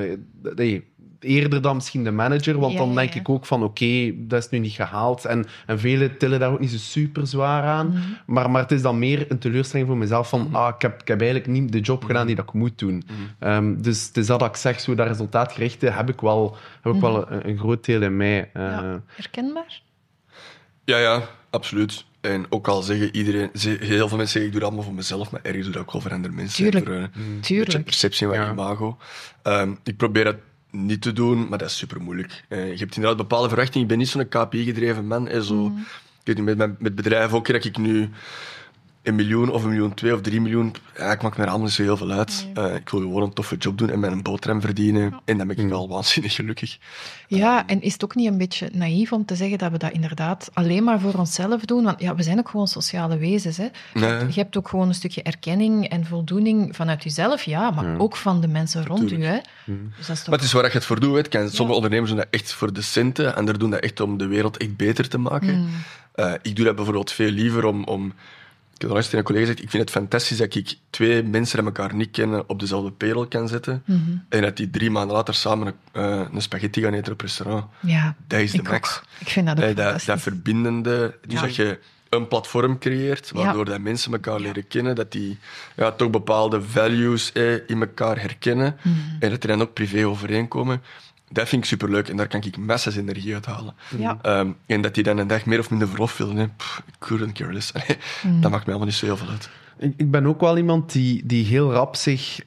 Eerder dan misschien de manager, want dan denk ik ook van oké, dat is nu niet gehaald. En velen tillen daar ook niet zo super zwaar aan. Maar het is dan meer een teleurstelling voor mezelf van ik heb eigenlijk niet de job gedaan die dat ik moet doen. Dus het is dat ik zeg, zo dat resultaatgerichte heb ik wel een groot deel in mij. Herkenbaar? Ja, absoluut. En ook al zeggen heel veel mensen zeggen, ik doe dat allemaal voor mezelf, maar ergens doe dat ook wel voor andere mensen. Tuurlijk. Een beetje perceptie en wat imago. Ik probeer dat niet te doen, maar dat is super moeilijk. Je hebt inderdaad bepaalde verwachtingen. Ik ben niet zo'n KPI-gedreven man. Ik weet niet, met bedrijven ook, dat ik nu 1 miljoen of 1,2 miljoen of 3 miljoen... ik maak me er allemaal niet zo heel veel uit. Ik wil gewoon een toffe job doen en mijn boterham verdienen. En dan ben ik wel waanzinnig gelukkig. Ja, en is het ook niet een beetje naïef om te zeggen dat we dat inderdaad alleen maar voor onszelf doen? Want we zijn ook gewoon sociale wezens. Hè? Je hebt ook gewoon een stukje erkenning en voldoening vanuit jezelf, maar ook van de mensen rond u. Hè? Dus dat is toch... Maar het is waar je het voor doet. Sommige ondernemers doen dat echt voor de centen, anderen doen dat echt om de wereld echt beter te maken. Ik doe dat bijvoorbeeld veel liever om ik heb al eens tegen een collega gezegd, ik vind het fantastisch dat ik 2 mensen die elkaar niet kennen op dezelfde payroll kan zetten en dat die 3 maanden later samen een spaghetti gaan eten op restaurant. Ja, dat is de max. Ik vind dat ook fantastisch. Dat verbindende, dus dat je een platform creëert, waardoor dat mensen elkaar leren kennen, dat die toch bepaalde values in elkaar herkennen en dat er dan ook privé overeenkomen. Dat vind ik superleuk en daar kan ik massa's energie uit halen. Ja. En dat die dan een dag meer of minder verlof wil, nee, couldn't care less. Dat maakt mij allemaal niet zo heel veel uit. Ik ben ook wel iemand die heel rap zich...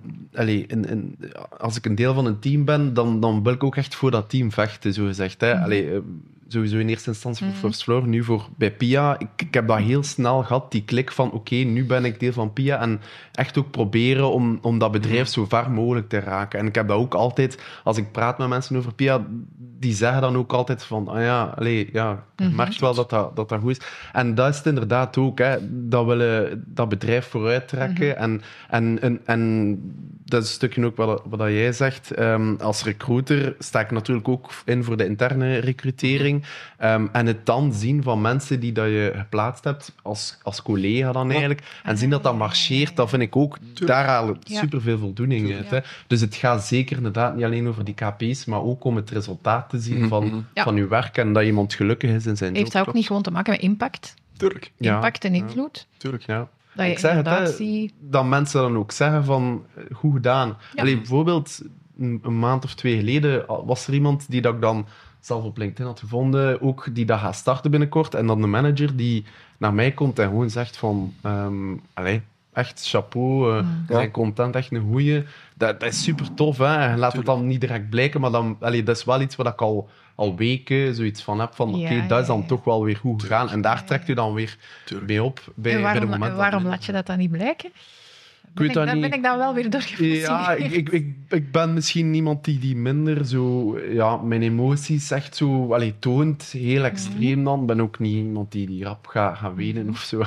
als ik een deel van een team ben, dan wil ik ook echt voor dat team vechten, zogezegd. Hè. Sowieso in eerste instantie voor First Floor, nu bij Pia. Ik heb dat heel snel gehad, die klik van oké, nu ben ik deel van Pia. En echt ook proberen om dat bedrijf zo ver mogelijk te raken. En ik heb dat ook altijd, als ik praat met mensen over Pia, die zeggen dan ook altijd van, je merkt wel dat goed is. En dat is het inderdaad ook, hè. Dat willen dat bedrijf vooruit trekken. En dat is een stukje ook wat jij zegt. Als recruiter sta ik natuurlijk ook in voor de interne recrutering. En het dan zien van mensen die dat je geplaatst hebt als collega dan eigenlijk. En zien dat marcheert, dat vind ik ook... Daar haal superveel voldoening uit. Hè. Dus het gaat zeker inderdaad niet alleen over die KPI's, maar ook om het resultaat te zien van je werk en dat iemand gelukkig is in zijn job. Heeft dat ook niet gewoon te maken met impact? Tuurlijk. Impact en invloed? Tuurlijk. Dat je ik zeg inderdaad ziet... dat mensen dan ook zeggen van, goed gedaan. Ja. Bijvoorbeeld, een maand of 2 geleden was er iemand die dat ik dan zelf op LinkedIn had gevonden, ook die dat gaat starten binnenkort. En dan de manager die naar mij komt en gewoon zegt van, echt chapeau, we zijn content, echt een goeie. Dat is super tof, hè. En laat het dan niet direct blijken, maar dan, dat is wel iets wat ik al weken zoiets van heb, van oké, dat is dan toch wel weer goed gegaan. En daar trekt u dan weer mee op bij de momenten. En waarom laat je dat dan niet blijken? Daar ben ik dan wel weer doorgefascineerd. Ja, ik ben misschien iemand die minder zo... Ja, mijn emoties echt zo... toont, heel extreem dan. Ik ben ook niet iemand die rap gaat wenen of zo.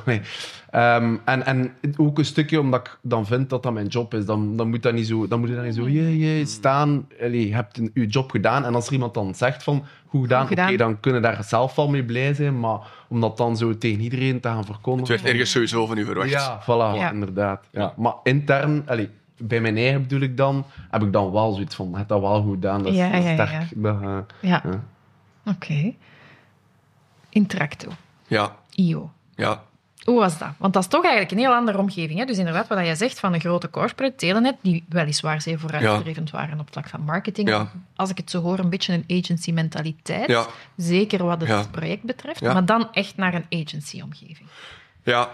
En ook een stukje omdat ik dan vind dat mijn job is. Dan moet dat niet zo... Dan moet je daar niet zo staan. Je hebt je job gedaan. En als er iemand dan zegt van... Goed gedaan. Oké, dan kunnen daar zelf wel mee blij zijn. Maar om dat dan zo tegen iedereen te gaan verkondigen... Het werd ergens sowieso van u verwacht. Ja, voilà, inderdaad. Ja. Maar intern, bij mijn eigen bedoel ik dan, heb ik dan wel zoiets van, het dat wel goed gedaan, dat is sterk. Ja. Oké. Interacto. Ja. IO. Ja. Hoe was dat? Want dat is toch eigenlijk een heel andere omgeving. Hè? Dus inderdaad, wat jij zegt van een grote corporate, Telenet, die weliswaar zeer vooruitstrevend waren op het vlak van marketing. Ja. Als ik het zo hoor, een beetje een agency-mentaliteit. Ja. Zeker wat het project betreft. Ja. Maar dan echt naar een agency-omgeving. Ja.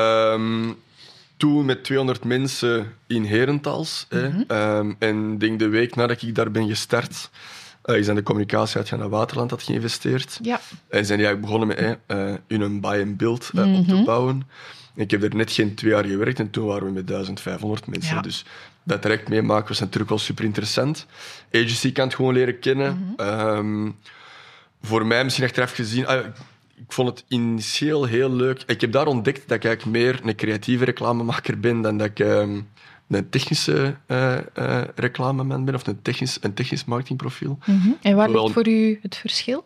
Toen met 200 mensen in Herentals. En ik denk de week nadat ik daar ben gestart... is aan de communicatieuitgang naar Waterland had geïnvesteerd. Ja. En zijn die eigenlijk begonnen met een buy-and-build op te bouwen. Ik heb er net geen 2 jaar gewerkt en toen waren we met 1500 mensen. Ja. Dus dat direct meemaken was natuurlijk wel super interessant. Agency kan het gewoon leren kennen. Voor mij misschien achteraf gezien... ik vond het initieel heel leuk. Ik heb daar ontdekt dat ik eigenlijk meer een creatieve reclamemaker ben dan dat ik... een technische reclameman ben, of een technisch marketingprofiel. En waar ligt voor u het verschil?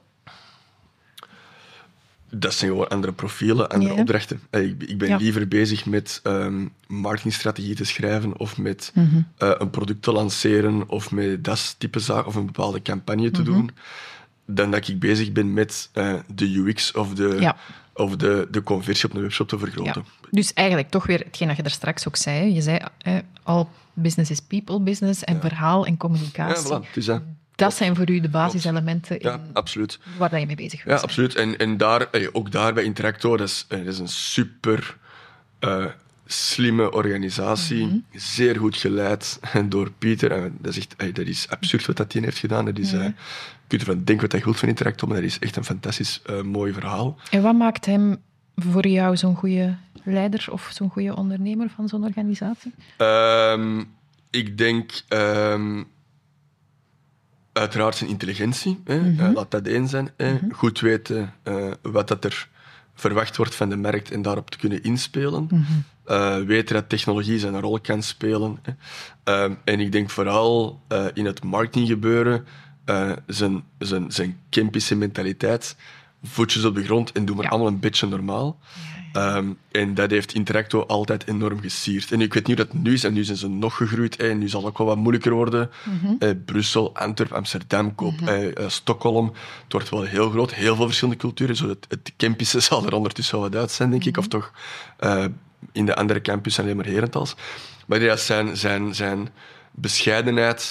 Dat zijn gewoon andere profielen, andere opdrachten. Ik ben liever bezig met marketingstrategie te schrijven, of met een product te lanceren, of met dat type zaken, of een bepaalde campagne te doen, dan dat ik bezig ben met de UX of de conversie op een webshop te vergroten. Ja. Dus eigenlijk toch weer hetgeen dat je er straks ook zei. Je zei, all business is people business, en verhaal en communicatie. Ja, voilà, het is dat. Dat zijn voor u de basiselementen absoluut. waar je mee bezig Ja, bent. absoluut. En ook daar bij Interacto, dat is een super slimme organisatie, zeer goed geleid door Pieter. En dat is absurd wat hij heeft gedaan. Dat is, je kunt ervan denken wat hij wilt van Interacto, maar dat is echt een fantastisch mooi verhaal. En wat maakt hem voor jou zo'n goede leider of zo'n goede ondernemer van zo'n organisatie? Ik denk uiteraard zijn intelligentie. Laat dat één zijn. Goed weten wat dat er verwacht wordt van de markt en daarop te kunnen inspelen. Weten dat technologie zijn rol kan spelen. En ik denk vooral in het marketinggebeuren zijn Kempische mentaliteit, voetjes op de grond en doen maar allemaal een beetje normaal. En dat heeft Interacto altijd enorm gesierd. En ik weet niet hoe dat nu is, en nu zijn ze nog gegroeid. En nu zal het ook wel wat moeilijker worden. Brussel, Antwerpen, Amsterdam, Stockholm. Het wordt wel heel groot, heel veel verschillende culturen. Zo het Kempische zal er ondertussen wel wat uit zijn, denk ik. Of toch in de andere campus alleen maar Herentals. Maar ja, zijn bescheidenheid,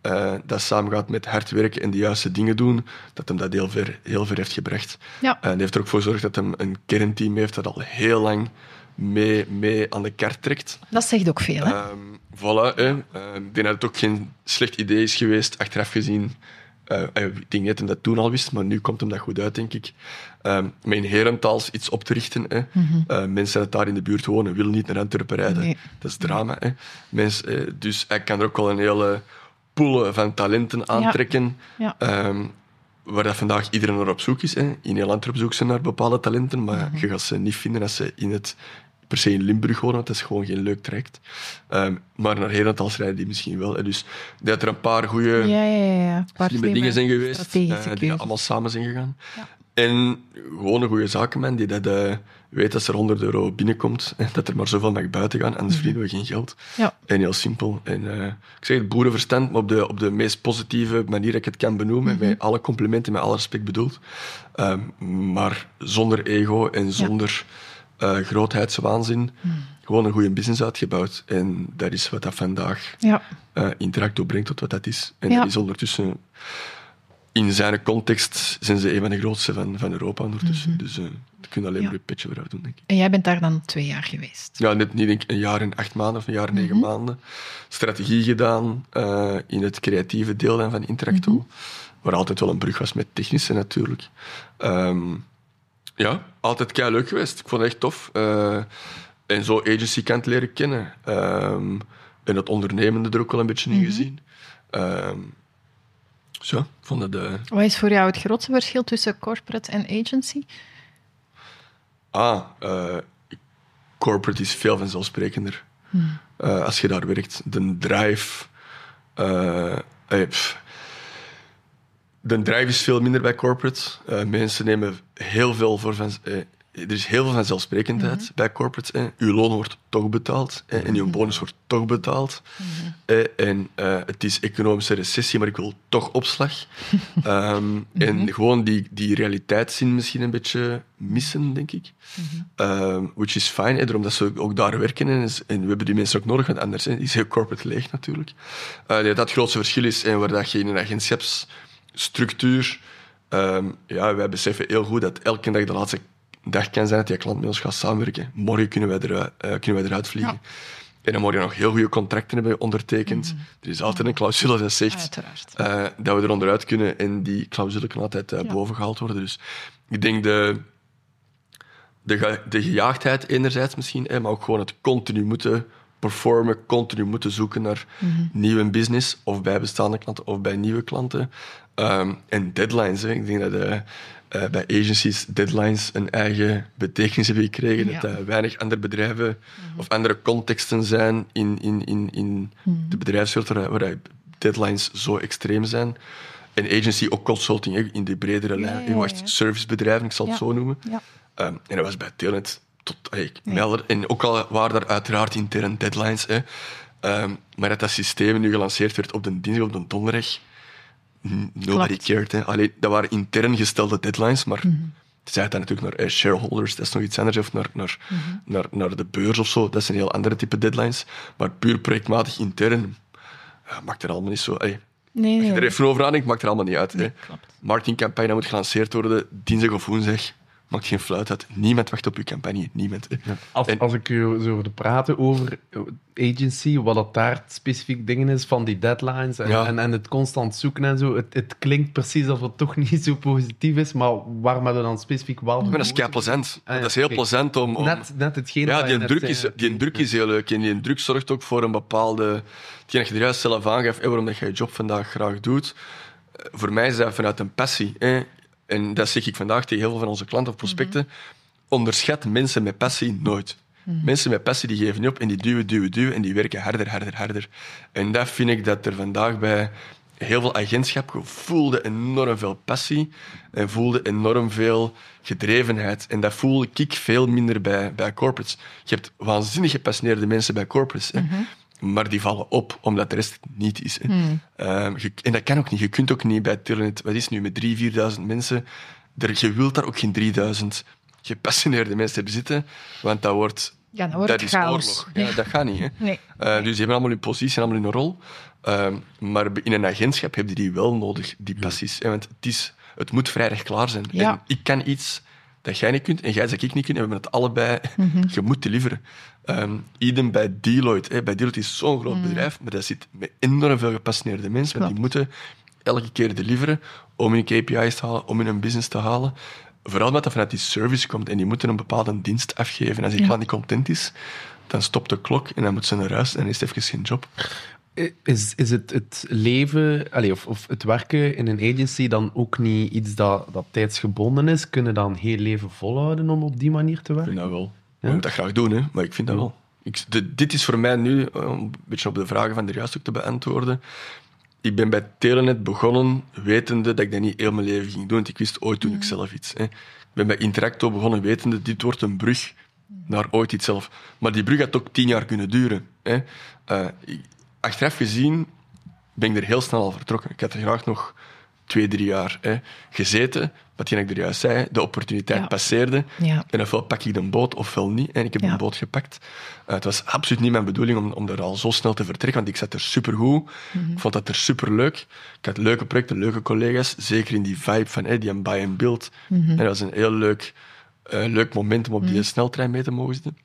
dat samengaat met hard werken en de juiste dingen doen, dat hem dat heel ver heeft gebracht. Ja. En die heeft er ook voor gezorgd dat hij een kernteam heeft dat al heel lang mee aan de kar trekt. Dat zegt ook veel, hè? Voilà. Ik denk dat het ook geen slecht idee is geweest, achteraf gezien. Ik denk niet dat hij dat toen al wist, maar nu komt hem dat goed uit, denk ik. Met in Herentals iets op te richten. Mensen die daar in de buurt wonen, willen niet naar Antwerpen rijden. Nee. Dat is drama. Dus hij kan er ook wel een hele pool van talenten aantrekken. Ja. Waar dat vandaag iedereen naar op zoek is. In heel Antwerpen zoeken ze naar bepaalde talenten, maar je gaat ze niet vinden als ze per se in Limburg wonen, want dat is gewoon geen leuk traject. Maar naar Herentals rijden die misschien wel. Dus dat er een paar goede slimme dingen zijn geweest, die allemaal samen zijn gegaan. Ja. En gewoon een goede zakenman die dat weet dat er €100 binnenkomt en dat er maar zoveel mag buiten gaan, anders verdienen we geen geld. Ja. En heel simpel. En, ik zeg het boerenverstand, maar op de meest positieve manier dat ik het kan benoemen, met alle complimenten, met alle respect bedoeld. Maar zonder ego en zonder grootheidswaanzin. Gewoon een goede business uitgebouwd. En dat is wat dat vandaag Interacto brengt tot wat dat is. En dat is ondertussen... In zijn context zijn ze een van de grootste van Europa ondertussen. Dus daar kun je alleen maar een petje voor doen, denk ik. En jij bent daar dan 2 jaar geweest? Ja, net niet, denk ik, 1 jaar en 8 maanden of 1 jaar en 9 maanden. Strategie gedaan in het creatieve deel van Interacto. Waar altijd wel een brug was met technische natuurlijk. Altijd kei leuk geweest. Ik vond het echt tof. En zo agency kant leren kennen. En het ondernemende er ook wel een beetje in gezien. Zo, ik vond dat... Wat is voor jou het grootste verschil tussen corporate en agency? Corporate is veel vanzelfsprekender. Als je daar werkt. De drive... de drive is veel minder bij corporate. Mensen nemen heel veel voor van... Er is heel veel vanzelfsprekendheid bij corporates. Uw loon wordt toch betaald en uw bonus wordt toch betaald. En het is economische recessie, maar ik wil toch opslag. En gewoon die realiteitszin misschien een beetje missen, denk ik. Which is fine, daarom dat ze ook daar werken. En we hebben die mensen ook nodig, want anders is heel corporate leeg natuurlijk. Dat het grootste verschil is waar dat je in een agentschapsstructuur... wij beseffen heel goed dat elke dag de laatste dag kan zijn dat die klant met ons gaat samenwerken. Morgen kunnen wij eruit vliegen. Ja. En dan moet je nog heel goede contracten hebben ondertekend. Er is altijd een clausule dat zegt dat we er onderuit kunnen en die clausule kan altijd bovengehaald worden. Dus ik denk de gejaagdheid enerzijds misschien, maar ook gewoon het continu moeten performen, continu moeten zoeken naar nieuwe business, of bij bestaande klanten of bij nieuwe klanten. En deadlines. Ik denk dat bij agencies deadlines een eigen betekenis hebben gekregen. Ja. Dat er weinig andere bedrijven of andere contexten zijn in de bedrijfswereld waar deadlines zo extreem zijn. En agency, ook consulting, in die bredere lijn. Servicebedrijven, ik zal het zo noemen. Ja. En dat was bij Telenet melder. En ook al waren er uiteraard interne deadlines. Maar dat systeem nu gelanceerd werd op de dinsdag, op de donderdag... Nobody cared. Allee, dat waren intern gestelde deadlines, maar zij dan natuurlijk naar shareholders, dat is nog iets anders, of naar de beurs of zo, dat zijn heel andere type deadlines. Maar puur projectmatig intern maakt er allemaal niet zo... Als je er even over nadenkt, maakt er allemaal niet uit. Marketingcampagne moet gelanceerd worden, dinsdag of woensdag. Maakt geen fluit uit. Niemand wacht op uw campagne. Niemand. Ja. Als ik u zo hoorde praten over agency, wat dat daar specifiek dingen is van die deadlines en het constant zoeken en zo, het klinkt precies alsof het toch niet zo positief is, maar waar maar dan specifiek wel... Maar dat is kei plezant. Dat is heel plezant om... Net hetgeen... Ja, die druk is heel leuk. En die druk zorgt ook voor een bepaalde... Hetgeen dat je er juist zelf aangaf, waarom dat je je job vandaag graag doet. Voor mij is dat vanuit een passie. En dat zeg ik vandaag tegen heel veel van onze klanten of prospecten. Onderschat mensen met passie nooit. Mensen met passie die geven niet op en die duwen en die werken harder. En dat vind ik dat er vandaag bij heel veel agentschap voelde enorm veel passie en voelde enorm veel gedrevenheid. En dat voelde ik veel minder bij corporates. Je hebt waanzinnig gepassioneerde mensen bij corporates. Maar die vallen op, omdat de rest het niet is. En dat kan ook niet. Je kunt ook niet bij Telenet, wat is nu, met 3.000-4.000 mensen, je wilt daar ook geen 3.000 gepassioneerde mensen hebben zitten, want dat wordt... dat is oorlog. Ja, dat gaat niet. Dus die hebben allemaal hun positie en allemaal hun rol. Maar in een agentschap heb je die wel nodig, die passies. Want het moet vrijdag klaar zijn. Ja. En ik kan iets dat jij niet kunt en jij dat ik niet kun. En we hebben het allebei. Je moet deliveren. Idem bij Deloitte. Bij Deloitte is zo'n groot bedrijf, maar daar zit met enorm veel gepassioneerde mensen. Want die moeten elke keer deliveren om hun KPI's te halen, om hun business te halen. Vooral omdat dat vanuit die service komt en die moeten een bepaalde dienst afgeven. Als die klant niet content is, dan stopt de klok en dan moet ze naar huis en dan is het even geen job. Is het leven, of het werken in een agency dan ook niet iets dat tijdsgebonden is? Kunnen dan heel leven volhouden om op die manier te Ik werken? vind dat wel. Je moet dat graag doen, hè? Maar ik vind dat wel. Dit is voor mij nu, om een beetje op de vragen van de juist ook te beantwoorden. Ik ben bij Telenet begonnen wetende dat ik dat niet heel mijn leven ging doen. Want ik wist ooit toen ik zelf iets. Hè. Ik ben bij Interacto begonnen wetende dit wordt een brug naar ooit iets zelf. Maar die brug had ook 10 jaar kunnen duren. Hè. Achteraf gezien ben ik er heel snel al vertrokken. Ik had er graag nog 2-3 jaar gezeten. Wat ik er juist zei, de opportuniteit passeerde. Ja. En ofwel pak ik de boot, ofwel niet. En ik heb de boot gepakt. Het was absoluut niet mijn bedoeling om er al zo snel te vertrekken, want ik zat er supergoed. Ik vond dat er superleuk. Ik had leuke projecten, leuke collega's. Zeker in die vibe van die buy and build. En dat was een heel leuk moment om op die sneltrein mee te mogen zitten.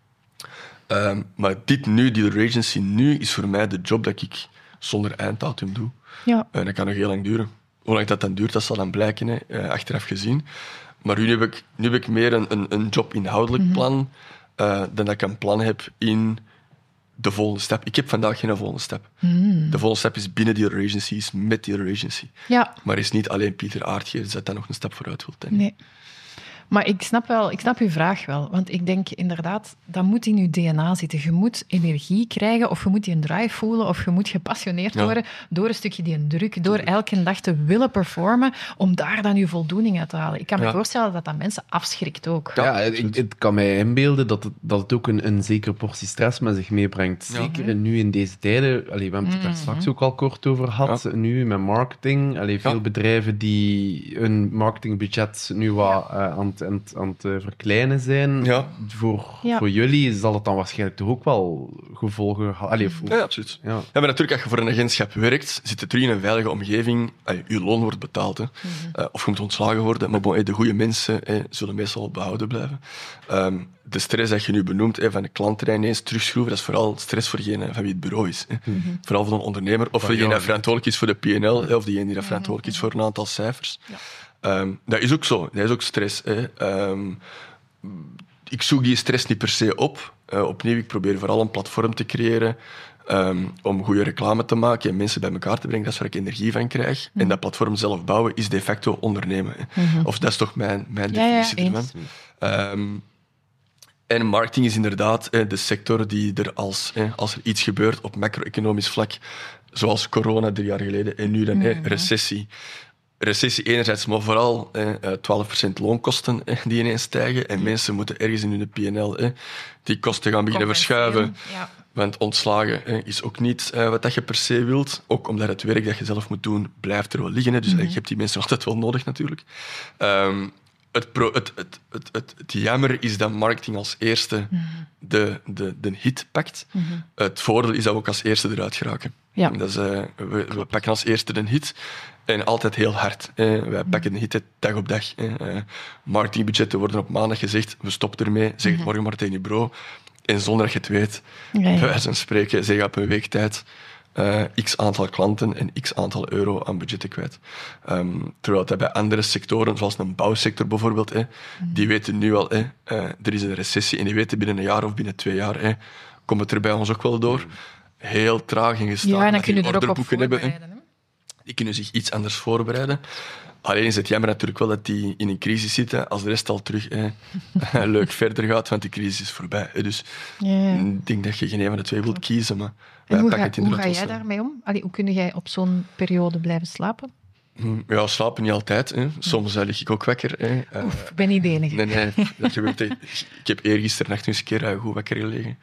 Maar die agency nu, is voor mij de job dat ik zonder einddatum doe. Ja. En dat kan nog heel lang duren. Hoe lang dat dan duurt, dat zal dan blijken, achteraf gezien. Maar nu heb ik meer een job-inhoudelijk plan dan dat ik een plan heb in de volgende stap. Ik heb vandaag geen volgende stap. De volgende stap is binnen die agency, is met die agency. Ja. Maar is niet alleen Pieter Aartgeers dat dan nog een stap vooruit wilt. Nee. Maar ik snap uw vraag wel. Want ik denk inderdaad, dat moet in je DNA zitten. Je moet energie krijgen, of je moet die een drive voelen, of je moet gepassioneerd worden door een stukje die druk, door elke dag te willen performen, om daar dan je voldoening uit te halen. Ik kan me voorstellen dat dat mensen afschrikt ook. Ja, het kan mij inbeelden dat het ook een zekere portie stress met zich meebrengt. Zeker nu in deze tijden. We hebben het daar straks ook al kort over gehad. Ja. Nu met marketing. Veel bedrijven die hun marketingbudget nu wat aan het verkleinen zijn. Ja. Voor jullie zal het dan waarschijnlijk toch ook wel gevolgen hebben. Ja, absoluut. Ja. Maar natuurlijk, als je voor een agentschap werkt, zit je terug in een veilige omgeving. Je loon wordt betaald. Of je moet ontslagen worden. Maar de goede mensen zullen meestal behouden blijven. De stress dat je nu benoemt, van de klanten ineens terugschroeven, dat is vooral stress voor degene van wie het bureau is. Vooral voor een ondernemer. Of voor degene die verantwoordelijk is voor de P&L. Of degene die verantwoordelijk is voor een aantal cijfers. Ja. Dat is ook zo. Dat is ook stress. Ik zoek die stress niet per se op. Opnieuw, ik probeer vooral een platform te creëren om goede reclame te maken en mensen bij elkaar te brengen. Dat is waar ik energie van krijg. En dat platform zelf bouwen is de facto ondernemen. Of dat is toch mijn definitie ervan. En marketing is inderdaad de sector die er als er iets gebeurt op macro-economisch vlak, zoals corona 3 jaar geleden en nu dan recessie. Recessie enerzijds, maar vooral 12% loonkosten die ineens stijgen. En mensen moeten ergens in hun P&L die kosten gaan beginnen verschuiven. Ja. Want ontslagen is ook niet wat dat je per se wilt. Ook omdat het werk dat je zelf moet doen, blijft er wel liggen. Dus je hebt die mensen altijd wel nodig natuurlijk. Het jammer is dat marketing als eerste de hit pakt. Het voordeel is dat we ook als eerste eruit geraken. Ja. Dat is, we pakken als eerste de hit en altijd heel hard. Wij pakken de hit dag op dag. Marketingbudgetten worden op maandag gezegd, we stoppen ermee, zeg het morgen maar tegen je bureau. En zonder dat je het weet, bij wijze van spreken, zeg je op een week tijd x aantal klanten en x aantal euro aan budgetten kwijt. Terwijl dat bij andere sectoren, zoals een bouwsector bijvoorbeeld, die weten nu al, er is een recessie en die weten binnen een jaar of binnen 2 jaar, komt het er bij ons ook wel door. Heel traag en gestaag. Ja, en dan kun je er ook op voorbereiden. Die kunnen zich iets anders voorbereiden. Alleen is het jammer natuurlijk wel dat die in een crisis zitten als de rest al terug leuk verder gaat, want die crisis is voorbij. Dus ik denk dat je geen een van de twee wilt kiezen. Maar hoe ga jij daarmee om? Hoe kun jij op zo'n periode blijven slapen? Ja, slapen niet altijd. Soms lig ik ook wakker. Ik ben niet de enige. Nee, dat gebeurt. Ik heb eergisternacht eens een keer goed wakker gelegen.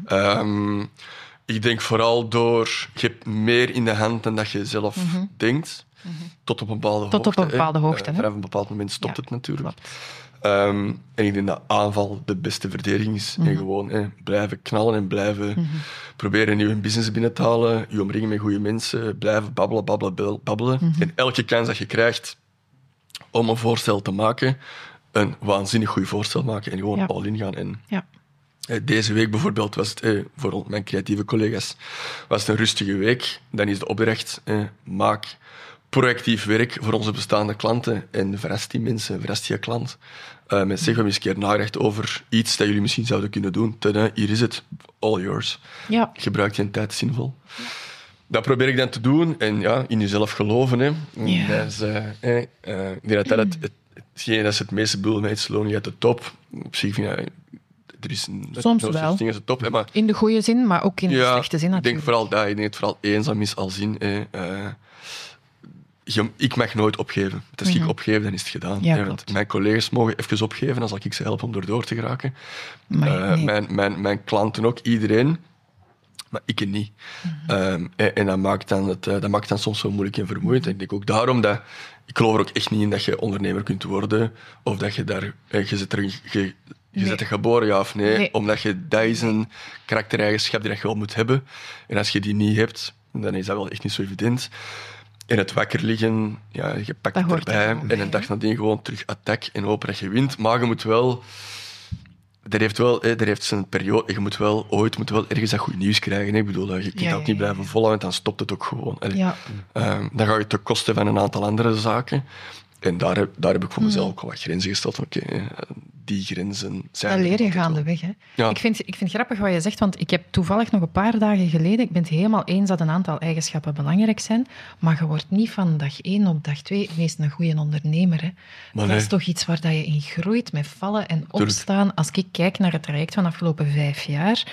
Ik denk vooral door... Je hebt meer in de hand dan dat je zelf denkt. Tot op een bepaalde hoogte. Vanaf een bepaald moment stopt het natuurlijk. En ik denk dat aanval de beste verdediging is. En gewoon blijven knallen en blijven proberen nieuwe business binnen te halen. Je omringen met goede mensen. Blijven babbelen. En elke kans dat je krijgt om een voorstel te maken, een waanzinnig goed voorstel maken en gewoon all-in gaan. En deze week bijvoorbeeld was het, voor mijn creatieve collega's, was het een rustige week. Dan is de opdracht, maak proactief werk voor onze bestaande klanten en verrast die mensen, verrast je klant. Zeg, we hebben eens een keer nagedacht over iets dat jullie misschien zouden kunnen doen. Hier is het, all yours. Ja. Gebruik je tijd zinvol. Ja. Dat probeer ik dan te doen en in jezelf geloven. Hè. Ja. Ik denk dat hetgeen dat ze het meeste bedoelen met Slowly at the top. Op zich vind ik, er is soms wel. Ding als de top, hè, maar in de goede zin, maar ook in de slechte zin natuurlijk. Ik denk vooral dat. Ik denk dat het vooral eenzaam is als in... ik mag nooit opgeven. Als ik opgeef, dan is het gedaan. Ja, want mijn collega's mogen even opgeven, dan zal ik ze helpen om erdoor te geraken. Mijn klanten ook, iedereen. Maar ik niet. En dat maakt dan soms wel moeilijk en vermoeiend. En ik denk ook daarom dat... Ik geloof er ook echt niet in dat je ondernemer kunt worden, of dat je daar... Je bent er geboren, ja of nee? Omdat dat is een karaktereigenschap die je wel moet hebben. En als je die niet hebt, dan is dat wel echt niet zo evident. En het wakker liggen, je pakt het erbij. En een dag nadien gewoon terug attack en hopen dat je wint. Maar je moet wel... Er heeft zijn periode. Je moet wel ergens dat goed nieuws krijgen. Hè? Ik bedoel, je kunt ook niet blijven volhouden, want dan stopt het ook gewoon. Dan ga je ten koste van een aantal andere zaken. En daar heb ik voor mezelf ook wel wat grenzen gesteld. Oké, die grenzen zijn... Dat leer je gaandeweg. Ja. Ik vind het grappig wat je zegt, want ik heb toevallig nog een paar dagen geleden... Ik ben het helemaal eens dat een aantal eigenschappen belangrijk zijn, maar je wordt niet van dag 1 op dag 2 ineens een goede ondernemer. Hè. Dat is toch iets waar dat je in groeit, met vallen en opstaan. Als ik kijk naar het traject van de afgelopen 5 jaar...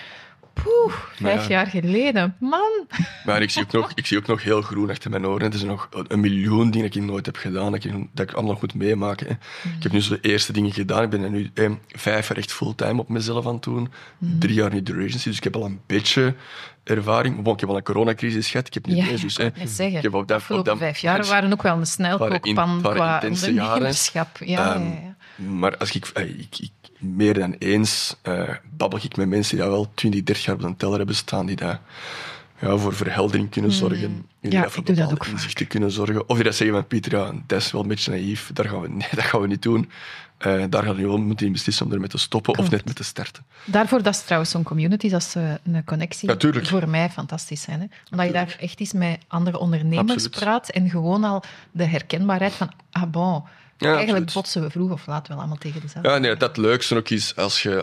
5 jaar geleden. Man! Maar ik zie ook nog heel groen achter mijn oren. Er is nog 1 miljoen dingen die ik nooit heb gedaan, dat ik allemaal nog moet meemaken. Hè. Ik heb nu zo de eerste dingen gedaan. Ik ben er nu 5 jaar echt fulltime op mezelf aan het doen. 3 jaar in de agency, dus ik heb al een beetje ervaring. Ik heb al een coronacrisis gehad. Ik heb niet eens, dus, de afgelopen 5 jaar waren ook wel een snelkookpan qua ondernemerschap. Maar als ik meer dan eens babbel ik met mensen die dat wel 20, 30 jaar op een teller hebben staan, die dat voor verheldering kunnen zorgen, die dat voor bepaalde inzichten kunnen zorgen. Of die dat zeggen van Pieter, dat is wel een beetje naïef, dat gaan we niet doen. Daar gaan we wel moeten beslissen om ermee te stoppen of net mee te starten. Daarvoor, dat is trouwens zo'n community, dat is een connectie voor mij fantastisch zijn. Hè? Omdat je daar echt eens met andere ondernemers praat en gewoon al de herkenbaarheid van, eigenlijk botsen we vroeg of laat wel allemaal tegen dezelfde. Ja, dat het leukste ook is als je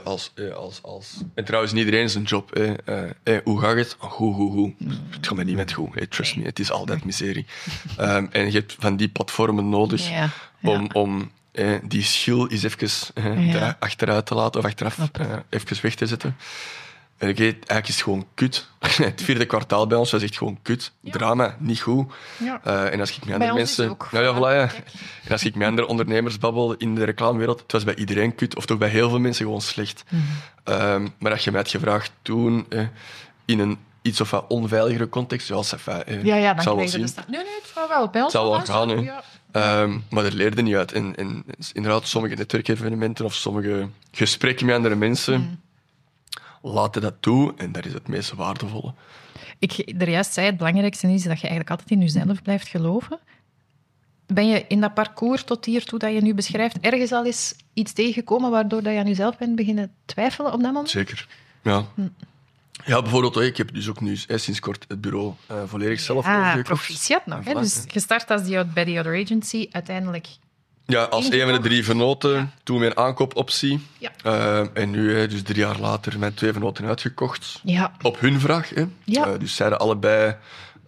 en trouwens, niet iedereen zijn job. Hoe gaat het? Goed. Het gaat me niet met goed. Trust me, het is altijd miserie. En je hebt van die platformen nodig om die schil eens even achteruit te laten of achteraf even weg te zetten. En eigenlijk is het gewoon kut. Het 4e kwartaal bij ons was echt gewoon kut. Drama, niet goed. Ja. En als ik met andere mensen... En als ik met andere ondernemers babbel in de reclamewereld, het was bij iedereen kut, of toch bij heel veel mensen gewoon slecht. Maar als je mij had gevraagd toen, in een iets of wat onveiligere context, dan krijg je dus... Nee, het gaat wel. Bij ons het zal wel gaan, hè. Maar dat leerde niet uit. En inderdaad, sommige netwerkevenementen of sommige gesprekken met andere mensen... laten dat toe en dat is het meest waardevolle. Ik er juist zei, het belangrijkste is dat je eigenlijk altijd in jezelf blijft geloven. Ben je in dat parcours tot hiertoe dat je nu beschrijft ergens al eens iets tegengekomen waardoor dat je aan jezelf bent beginnen twijfelen op dat moment? Zeker, ja. Ja, bijvoorbeeld, ik heb dus ook nu sinds kort het bureau volledig zelf overgekocht. Proficiat nog. Dus gestart bij The Other Agency, uiteindelijk... Ja, als een van de 3 vernoten, toen mijn aankoopoptie. Ja. En nu, dus 3 jaar later, mijn 2 vernoten uitgekocht. Ja. Op hun vraag. Hè. Ja. Dus zeiden allebei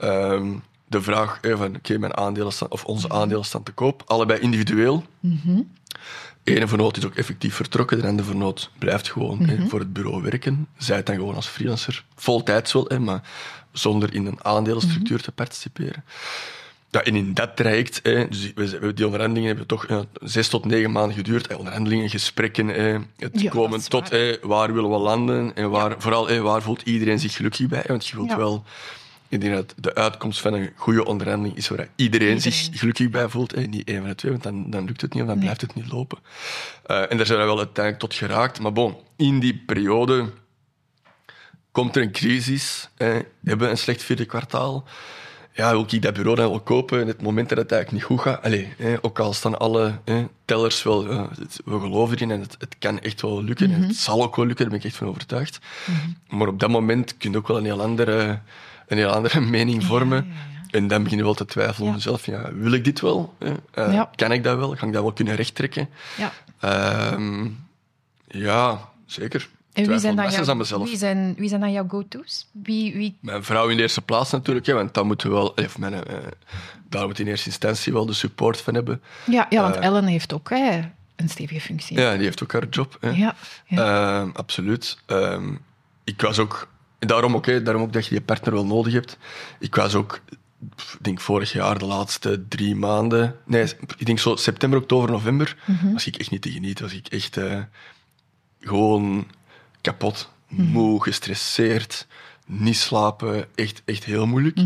de vraag van mijn aandelen staan, of onze aandelen staan te koop. Allebei individueel. Ene vernoot is ook effectief vertrokken, de andere vernoot blijft gewoon voor het bureau werken. Zij het dan gewoon als freelancer. Voltijds wel, maar zonder in een aandelenstructuur te participeren. Ja, en in dat traject, dus die onderhandelingen hebben toch 6 tot 9 maanden geduurd. Onderhandelingen, gesprekken, het komen tot waar willen we landen en waar voelt iedereen zich gelukkig bij. Want je wilt wel Ik denk dat de uitkomst van een goede onderhandeling is waar iedereen zich gelukkig bij voelt. Niet één van de twee, want dan lukt het niet of dan blijft het niet lopen. En daar zijn we wel uiteindelijk tot geraakt. Maar bon, in die periode komt er een crisis. Hebben we een slecht vierde kwartaal. Ja, wil ik dat bureau dan wel kopen in het moment dat het eigenlijk niet goed gaat? Ook al staan alle tellers wel... we geloven erin en het kan echt wel lukken. En het zal ook wel lukken, daar ben ik echt van overtuigd. Maar op dat moment kun je ook wel een heel andere mening vormen. Ja. En dan begin je wel te twijfelen aan jezelf. Ja, wil ik dit wel? Kan ik dat wel? Ga ik dat wel kunnen rechttrekken? Ja, zeker. En wie zijn dan jouw go-to's? Mijn vrouw in de eerste plaats natuurlijk, want daar moeten we wel... daar moet in eerste instantie wel de support van hebben. Ja, want Ellen heeft ook een stevige functie. Ja, die heeft ook haar job. Absoluut. Ik was ook... Daarom ook dat je die partner wel nodig hebt. Ik was ook, ik denk vorig jaar, de laatste 3 maanden... Nee, ik denk zo september, oktober, november, was ik echt niet te genieten. Was ik echt gewoon kapot, moe, gestresseerd, niet slapen. Echt heel moeilijk.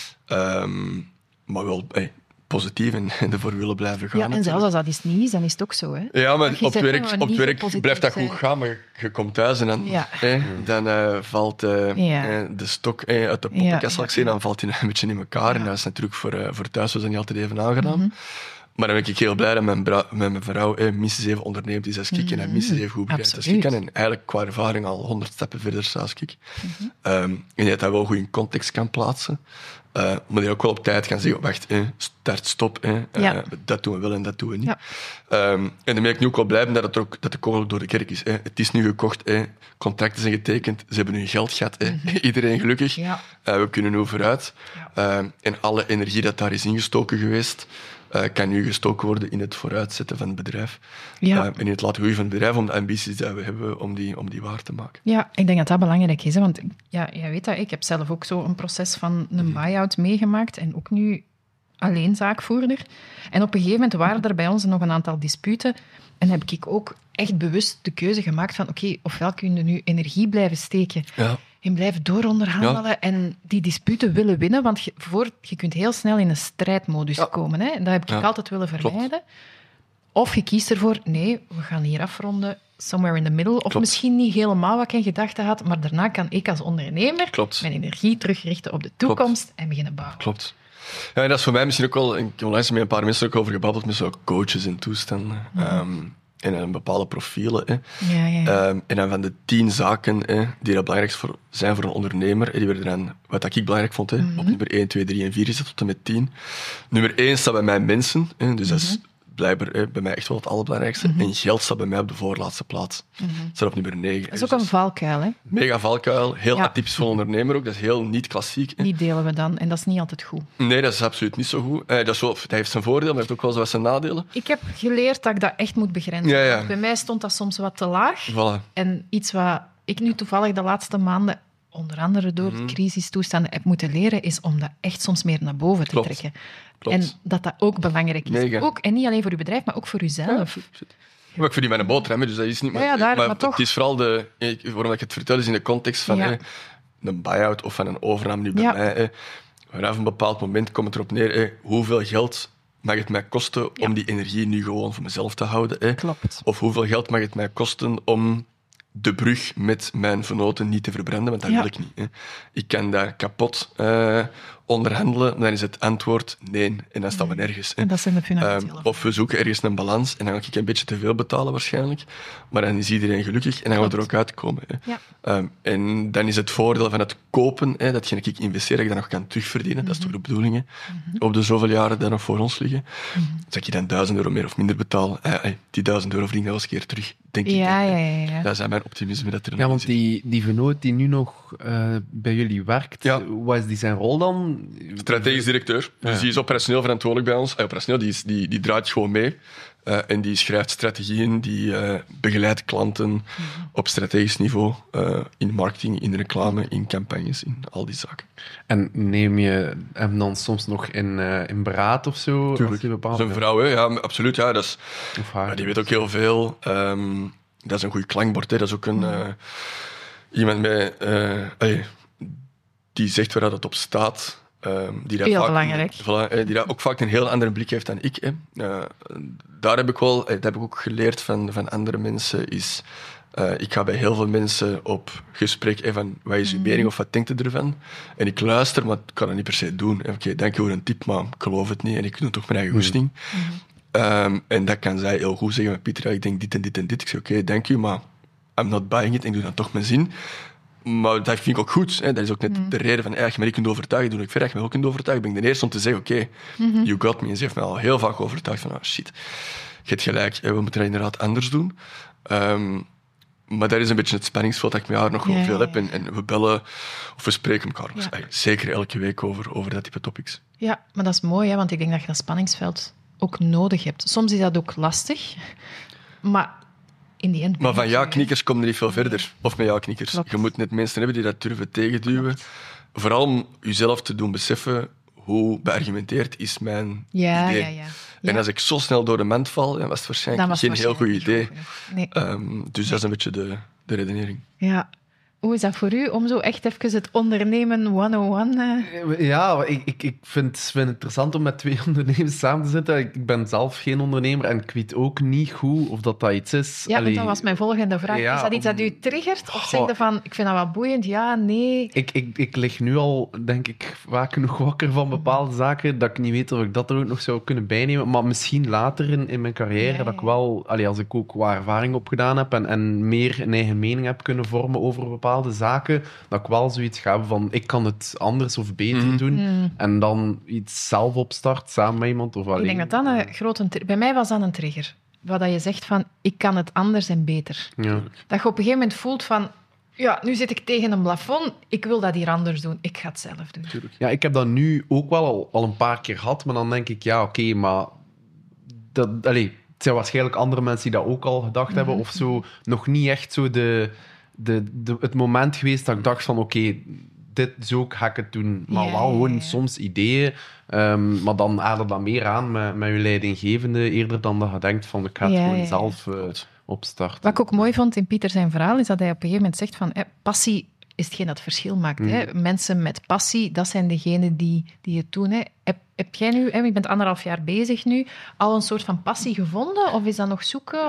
Maar wel positief en ervoor willen blijven gaan. Ja, en zelfs als dat is niet is, dan is het ook zo. Hè? Ja, maar op het werk blijft dat goed gaan, maar je komt thuis en dan valt de stok uit de poppenkast, zal ik zeggen, dan valt hij een beetje in elkaar. En dat is natuurlijk voor thuis was dat niet altijd even aangenaam. Maar dan ben ik heel blij dat mijn vrouw minstens even onderneemt is als ik en minstens even goed begrijpt als ik. En eigenlijk qua ervaring al 100 stappen verder staat als ik. En dat hij wel goed in context kan plaatsen. Maar die ook wel op tijd gaan zeggen, wacht, start, stop. Dat doen we wel en dat doen we niet. Ja. En dan ben ik nu ook wel blij dat de kogel door de kerk is. Het is nu gekocht, contracten zijn getekend, ze hebben nu geld gehad. Iedereen gelukkig. Ja. We kunnen nu vooruit. Ja. En alle energie dat daar is ingestoken geweest, kan nu gestoken worden in het vooruitzetten van het bedrijf. Ja. En in het laten groeien van het bedrijf, om de ambities die we hebben, om die waar te maken. Ja, ik denk dat dat belangrijk is. Hè? Want jij weet dat, ik heb zelf ook zo een proces van een buy-out meegemaakt en ook nu alleen zaakvoerder. En op een gegeven moment waren er bij ons nog een aantal disputen en heb ik ook echt bewust de keuze gemaakt van oké, ofwel kun je nu energie blijven steken en blijven dooronderhandelen en die disputen willen winnen, want je kunt heel snel in een strijdmodus komen. Hè? En dat heb ik altijd willen vermijden. Klopt. Of je kiest ervoor, nee, we gaan hier afronden, somewhere in the middle. Of misschien niet helemaal wat ik in gedachten had, maar daarna kan ik als ondernemer mijn energie terugrichten op de toekomst en beginnen bouwen. Klopt. Ja, en dat is voor mij misschien ook wel... Ik heb onlangs met een paar mensen ook over gebabbeld, met zo coaches en toestanden. En bepaalde profielen. En dan van de 10 zaken die dat belangrijk zijn voor een ondernemer, die werden dan, wat ik belangrijk vond, op nummer 1, 2, 3 en 4 is dat tot en met 10. Nummer 1 staat bij mij mensen, dus dat is blijkbaar bij mij echt wel het allerbelangrijkste. En geld staat bij mij op de voorlaatste plaats. Dat staat op nummer 9. Dat is ook een valkuil, hè? Mega valkuil. Heel atypisch voor een ondernemer ook. Dat is heel niet klassiek. Die delen we dan. En dat is niet altijd goed. Nee, dat is absoluut niet zo goed. Dat heeft zijn voordeel, maar heeft ook wel zo wat zijn nadelen. Ik heb geleerd dat ik dat echt moet begrenzen. Ja. Bij mij stond dat soms wat te laag. Voilà. En iets wat ik nu toevallig de laatste maanden, onder andere door de crisistoestanden, heb moeten leren, is om dat echt soms meer naar boven te trekken. Klopt. En dat ook belangrijk is. Mega. Ook, en niet alleen voor je bedrijf, maar ook voor jezelf. Maar ik verdien mijn boterham, dus dat is niet... Maar toch. Het is vooral waarom ik het vertel, is in de context van een buy-out of van een overname nu bij mij. Vanaf een bepaald moment komt het erop neer, hoeveel geld mag het mij kosten om die energie nu gewoon voor mezelf te houden? Klopt. Of hoeveel geld mag het mij kosten om de brug met mijn vernoten niet te verbranden, want dat wil ik niet. Ik kan dat kapot onderhandelen, dan is het antwoord nee. En dan staan we nergens. En dat zijn de financiële. Of we zoeken ergens een balans en dan ga ik een beetje te veel betalen waarschijnlijk, maar dan is iedereen gelukkig en dan gaan we er ook uitkomen. En dan is het voordeel van het kopen, datgene dat ik investeer, dat ik dat nog kan terugverdienen. Dat is toch de bedoeling, op de zoveel jaren die nog voor ons liggen. Dat ik dan €1.000 meer of minder betaal, die €1.000 verdien ik wel eens een keer terug, denk ik. Ja. Dat is mijn optimisme dat er nog want die vernoot die nu nog bij jullie werkt, wat is die zijn rol dan? Strategisch directeur. Dus die is operationeel verantwoordelijk bij ons. Operationeel, die draait gewoon mee. En die schrijft strategieën, die begeleidt klanten op strategisch niveau. In marketing, in reclame, in campagnes, in al die zaken. En neem je hem dan soms nog in beraad of zo? Tuurlijk. Dat is een vrouw, hè? Ja, absoluut. Ja, dat is, die weet ook heel veel. Dat is een goed klankbord. Hè? Dat is ook iemand met... die zegt waar dat het op staat. Die dat Heel vaak, belangrijk. Die dat ook vaak een heel andere blik heeft dan ik. Daar heb ik dat heb ik ook geleerd van andere mensen. Ik ga bij heel veel mensen op gesprek van wat is je mening of wat denkt je ervan? En ik luister, maar ik kan dat niet per se doen. Oké, dank je voor een tip, maar ik geloof het niet en ik doe toch mijn eigen goesting. En dat kan zij heel goed zeggen met Pieter, ik denk dit en dit en dit. Ik zeg oké, dank u, maar I'm not buying it en ik doe dan toch mijn zin. Maar dat vind ik ook goed. Hè. Dat is ook net de reden van, als je mij niet kunt overtuigen, doe ik verder. Als je mij ook kunt overtuigen, ben ik de eerste om te zeggen, oké, you got me. En ze heeft mij al heel vaak overtuigd van, shit, je hebt gelijk, we moeten dat inderdaad anders doen. Maar dat is een beetje het spanningsveld dat ik met haar nog wel veel heb. En we bellen of we spreken elkaar zeker elke week over dat type topics. Ja, maar dat is mooi, hè, want ik denk dat je dat spanningsveld ook nodig hebt. Soms is dat ook lastig, maar in die end... Maar van ja-knikkers kom je niet veel verder. Of met ja-knikkers. Klopt. Je moet net mensen hebben die dat durven tegenduwen. Klopt. Vooral om jezelf te doen beseffen hoe beargumenteerd is mijn idee. Ja. En als ik zo snel door de mand val, dan was het waarschijnlijk geen heel goed idee. Nee. Dus dat is een beetje de redenering. Ja. Hoe is dat voor u, om zo echt even het ondernemen 101... Ja, ik vind het interessant om met twee ondernemers samen te zitten. Ik ben zelf geen ondernemer en ik weet ook niet goed of dat iets is. Ja, want dat was mijn volgende vraag. Ja, is dat iets dat u triggert? Of zeg je van, ik vind dat wat boeiend, ja, nee? Ik lig nu al, denk ik, vaak genoeg wakker van bepaalde zaken dat ik niet weet of ik dat er ook nog zou kunnen bijnemen. Maar misschien later in mijn carrière, dat ik wel, als ik ook wat ervaring opgedaan heb en meer een eigen mening heb kunnen vormen over bepaalde zaken, dat ik wel zoiets ga hebben van, ik kan het anders of beter doen. En dan iets zelf opstart, samen met iemand of alleen. Ik denk dat een grote... Bij mij was dat een trigger. Wat dat je zegt van, ik kan het anders en beter. Ja. Dat je op een gegeven moment voelt van, ja, nu zit ik tegen een plafond, ik wil dat hier anders doen. Ik ga het zelf doen. Tuurlijk. Ja, ik heb dat nu ook wel al een paar keer gehad, maar dan denk ik, ja, oké, maar... het zijn waarschijnlijk andere mensen die dat ook al gedacht hebben, of zo, nog niet echt zo het moment geweest dat ik dacht van, oké, zo ga ik het doen. Maar wel gewoon soms ideeën, maar dan aarde dat meer aan met je leidinggevende, eerder dan dat je denkt van, ik ga het gewoon zelf opstarten. Wat ik ook mooi vond in Pieter zijn verhaal, is dat hij op een gegeven moment zegt van, passie is hetgeen dat het verschil maakt. Hè? Mensen met passie, dat zijn degenen die het doen. Hè? Heb jij nu, je bent 1,5 jaar bezig nu, al een soort van passie gevonden? Of is dat nog zoeken?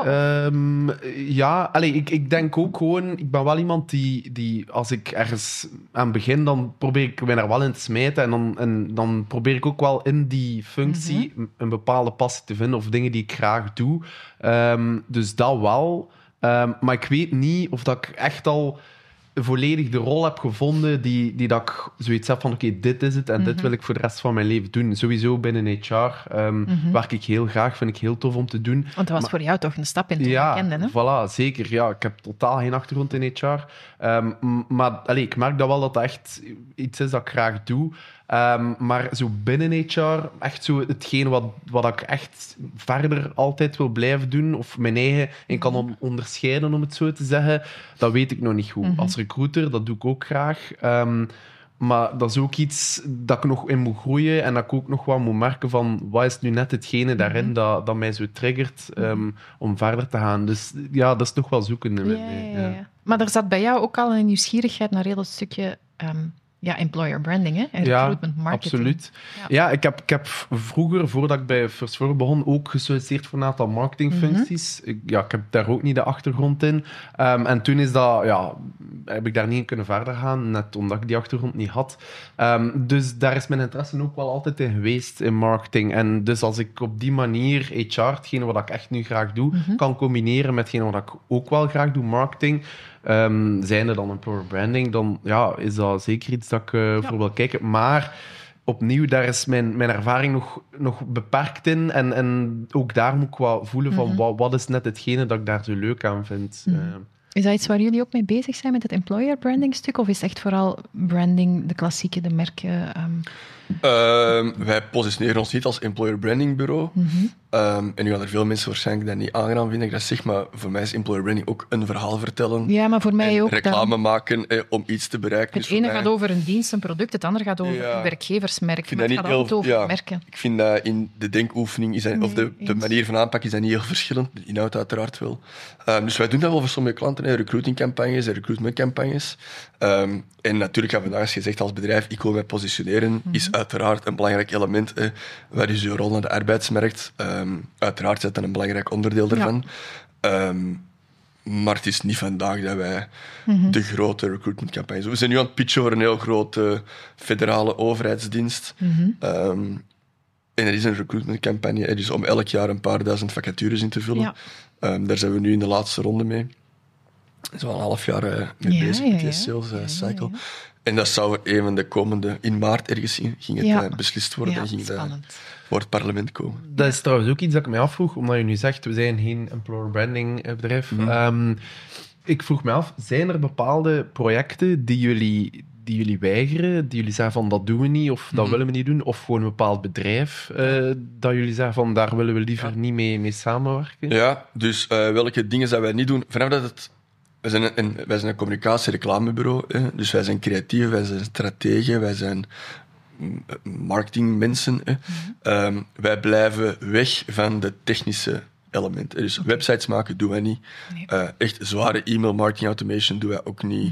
Ik denk ook gewoon... Ik ben wel iemand die als ik ergens aan begin, dan probeer ik mij daar wel in te smijten. En dan probeer ik ook wel in die functie een bepaalde passie te vinden, of dingen die ik graag doe. Dus dat wel. Maar ik weet niet of dat ik echt al volledig de rol heb gevonden die dat ik zoiets heb van, oké, dit is het en dit wil ik voor de rest van mijn leven doen. Sowieso binnen HR werk ik heel graag, vind ik heel tof om te doen. Want dat was voor jou toch een stap in het onbekende, hè? Voilà, zeker. Ja, ik heb totaal geen achtergrond in HR. Maar ik merk dat wel dat echt iets is dat ik graag doe. Maar zo binnen HR, echt zo hetgeen wat ik echt verder altijd wil blijven doen, of mijn eigen en kan onderscheiden, om het zo te zeggen, dat weet ik nog niet goed. Als recruiter, dat doe ik ook graag. Maar dat is ook iets dat ik nog in moet groeien en dat ik ook nog wat moet merken van, wat is nu net hetgene daarin dat mij zo triggert om verder te gaan. Dus ja, dat is nog wel zoeken. Ja. Maar er zat bij jou ook al een nieuwsgierigheid naar heel het stukje... employer branding, hè? En recruitment marketing. Absoluut. Ja, ik heb vroeger, voordat ik bij First Forward begon, ook gesolliciteerd voor een aantal marketingfuncties. Ik heb daar ook niet de achtergrond in. En toen heb ik daar niet in kunnen verder gaan, net omdat ik die achtergrond niet had. Dus daar is mijn interesse ook wel altijd in geweest, in marketing. En dus als ik op die manier HR, hetgene wat ik echt nu graag doe, kan combineren met hetgene wat ik ook wel graag doe, marketing, zijnde dan employer branding, dan is dat zeker iets dat ik voor wil kijken. Maar opnieuw, daar is mijn ervaring nog beperkt in. En ook daar moet ik wat voelen van wat is net hetgene dat ik daar zo leuk aan vind. Is dat iets waar jullie ook mee bezig zijn met het employer branding stuk? Of is het echt vooral branding, de klassieke, de merken? Wij positioneren ons niet als employer branding bureau. En nu gaan er veel mensen waarschijnlijk dat niet aangenaam vinden, dat ik dat zeg, maar voor mij is employer branding ook een verhaal vertellen. Ja, maar voor mij ook. Reclame maken om iets te bereiken. Het ene gaat over een dienst, een product, het andere gaat over een werkgeversmerk. Maar het gaat altijd over merken. Ik vind dat in de denkoefening, of de manier van aanpak is dat niet heel verschillend. De inhoud uiteraard wel. Dus wij doen dat wel voor sommige klanten. lopen, recruitingcampagnes en recruitmentcampagnes. En natuurlijk hebben we vandaag gezegd als bedrijf, ik wil mij positioneren, is uiteraard een belangrijk element. Wat is je rol naar de arbeidsmarkt? Uiteraard is dat een belangrijk onderdeel daarvan. Ja. Maar het is niet vandaag dat wij de grote recruitmentcampagnes doen. We zijn nu aan het pitchen voor een heel grote federale overheidsdienst. En er is een recruitmentcampagne, dus om elk jaar een paar duizend vacatures in te vullen. Ja. Daar zijn we nu in de laatste ronde mee. Dat is al een half jaar mee bezig met die sales cycle. Ja. En dat zou een van de komende... In maart ergens ging het beslist worden en ging dat voor het parlement komen. Dat is trouwens ook iets dat ik mij afvroeg, omdat je nu zegt, we zijn geen employer branding bedrijf. Ik vroeg me af, zijn er bepaalde projecten die jullie weigeren, die jullie zeggen van dat doen we niet of dat willen we niet doen, of gewoon een bepaald bedrijf dat jullie zeggen van daar willen we liever niet mee samenwerken? Ja, dus welke dingen dat wij niet doen, vanaf dat het... Wij zijn een communicatie-reclamebureau, dus wij zijn creatief, wij zijn strategen, wij zijn marketingmensen. Wij blijven weg van de technische elementen. Dus websites maken doen wij niet. Nee. Echt zware e-mail marketing automation doen wij ook niet.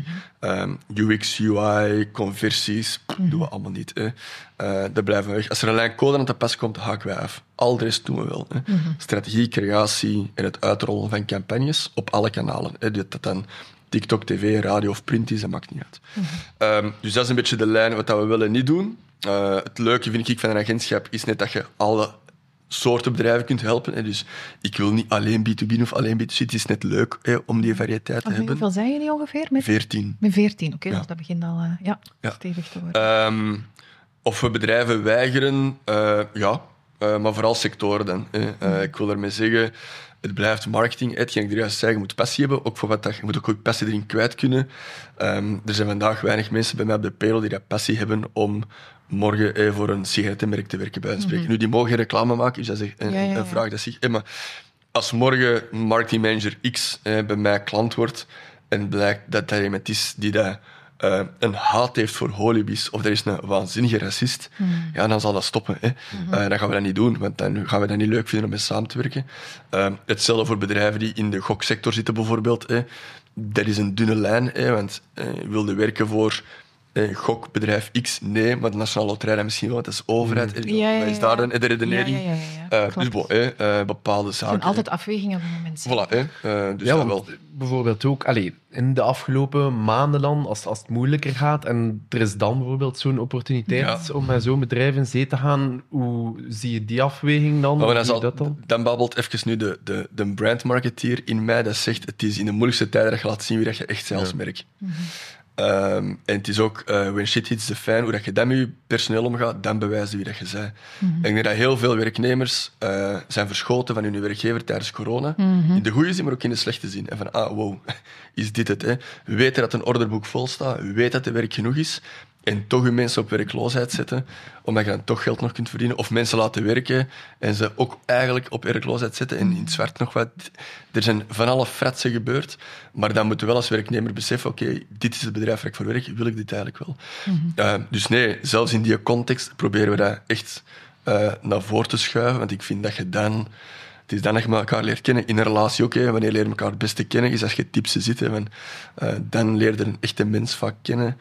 UX, UI, conversies, doen we allemaal niet. Daar blijven we weg. Als er een lijn code aan te pas komt, haken wij af. Al de rest doen we wel. Strategie, creatie en het uitrollen van campagnes op alle kanalen. Dat dan TikTok, tv, radio of print is, dat maakt niet uit. Dus dat is een beetje de lijn wat we willen niet doen. Het leuke, vind ik, van een agentschap is net dat je alle soorten bedrijven kunt helpen. Dus ik wil niet alleen B2B doen of alleen B2C. Het is net leuk om die variëteit te hebben. Hoeveel zijn jullie ongeveer? 14. Met 14, oké. Dus dat begint al stevig te worden. Of we bedrijven weigeren, maar vooral sectoren dan. Ik wil ermee zeggen, het blijft marketing. Hetgeen ik er juist zei, je moet passie hebben. Ook voor wat je moet ook goed passie erin kwijt kunnen. Er zijn vandaag weinig mensen bij mij op de payroll die dat passie hebben om morgen voor een sigarettenmerk te werken, bij wijze van spreken. Nu, die mogen geen reclame maken, dus dat is een vraag dat zich... maar als morgen marketingmanager X bij mij klant wordt en blijkt dat hij iemand is die dat, een haat heeft voor holibies, of er is een waanzinnige racist, dan zal dat stoppen. Dan gaan we dat niet doen, want dan gaan we dat niet leuk vinden om mee samen te werken. Hetzelfde voor bedrijven die in de goksector zitten, bijvoorbeeld. Dat is een dunne lijn, want je wilde werken voor... gokbedrijf X, nee, maar de Nationale Loterij dan misschien wel, want dat is overheid. Wat is daar dan de redenering? Dus bepaalde zaken. Er zijn altijd afwegingen van de mensen. Voilà, dus dat wel. Bijvoorbeeld ook, in de afgelopen maanden dan, als het moeilijker gaat, en er is dan bijvoorbeeld zo'n opportuniteit om met zo'n bedrijf in zee te gaan, hoe zie je die afweging dan? Dan babbelt even nu de brandmarketeer in mij, dat zegt, het is in de moeilijkste tijden dat je laat zien wie dat je echt bent als merk. En het is ook, when shit hits the fan, hoe dat je dan met je personeel omgaat, dan bewijzen wie dat je bent. En ik denk dat heel veel werknemers zijn verschoten van hun werkgever tijdens corona. In de goede zin, maar ook in de slechte zin. En van, wow, is dit het? Hè? We weten dat een orderboek vol staat, we weten dat er werk genoeg is. En toch je mensen op werkloosheid zetten, omdat je dan toch geld nog kunt verdienen. Of mensen laten werken en ze ook eigenlijk op werkloosheid zetten. En in het zwart nog wat. Er zijn van alle fratsen gebeurd. Maar dan moeten we wel als werknemer beseffen, oké, dit is het bedrijf waar ik voor werk, wil ik dit eigenlijk wel? Dus nee, zelfs in die context proberen we dat echt naar voren te schuiven. Want ik vind dat je dan... Het is dan dat je elkaar leert kennen. In een relatie ook. Wanneer leer je elkaar het beste kennen, is als je tipsen zit. Dan leer je een echte mens vaak kennen.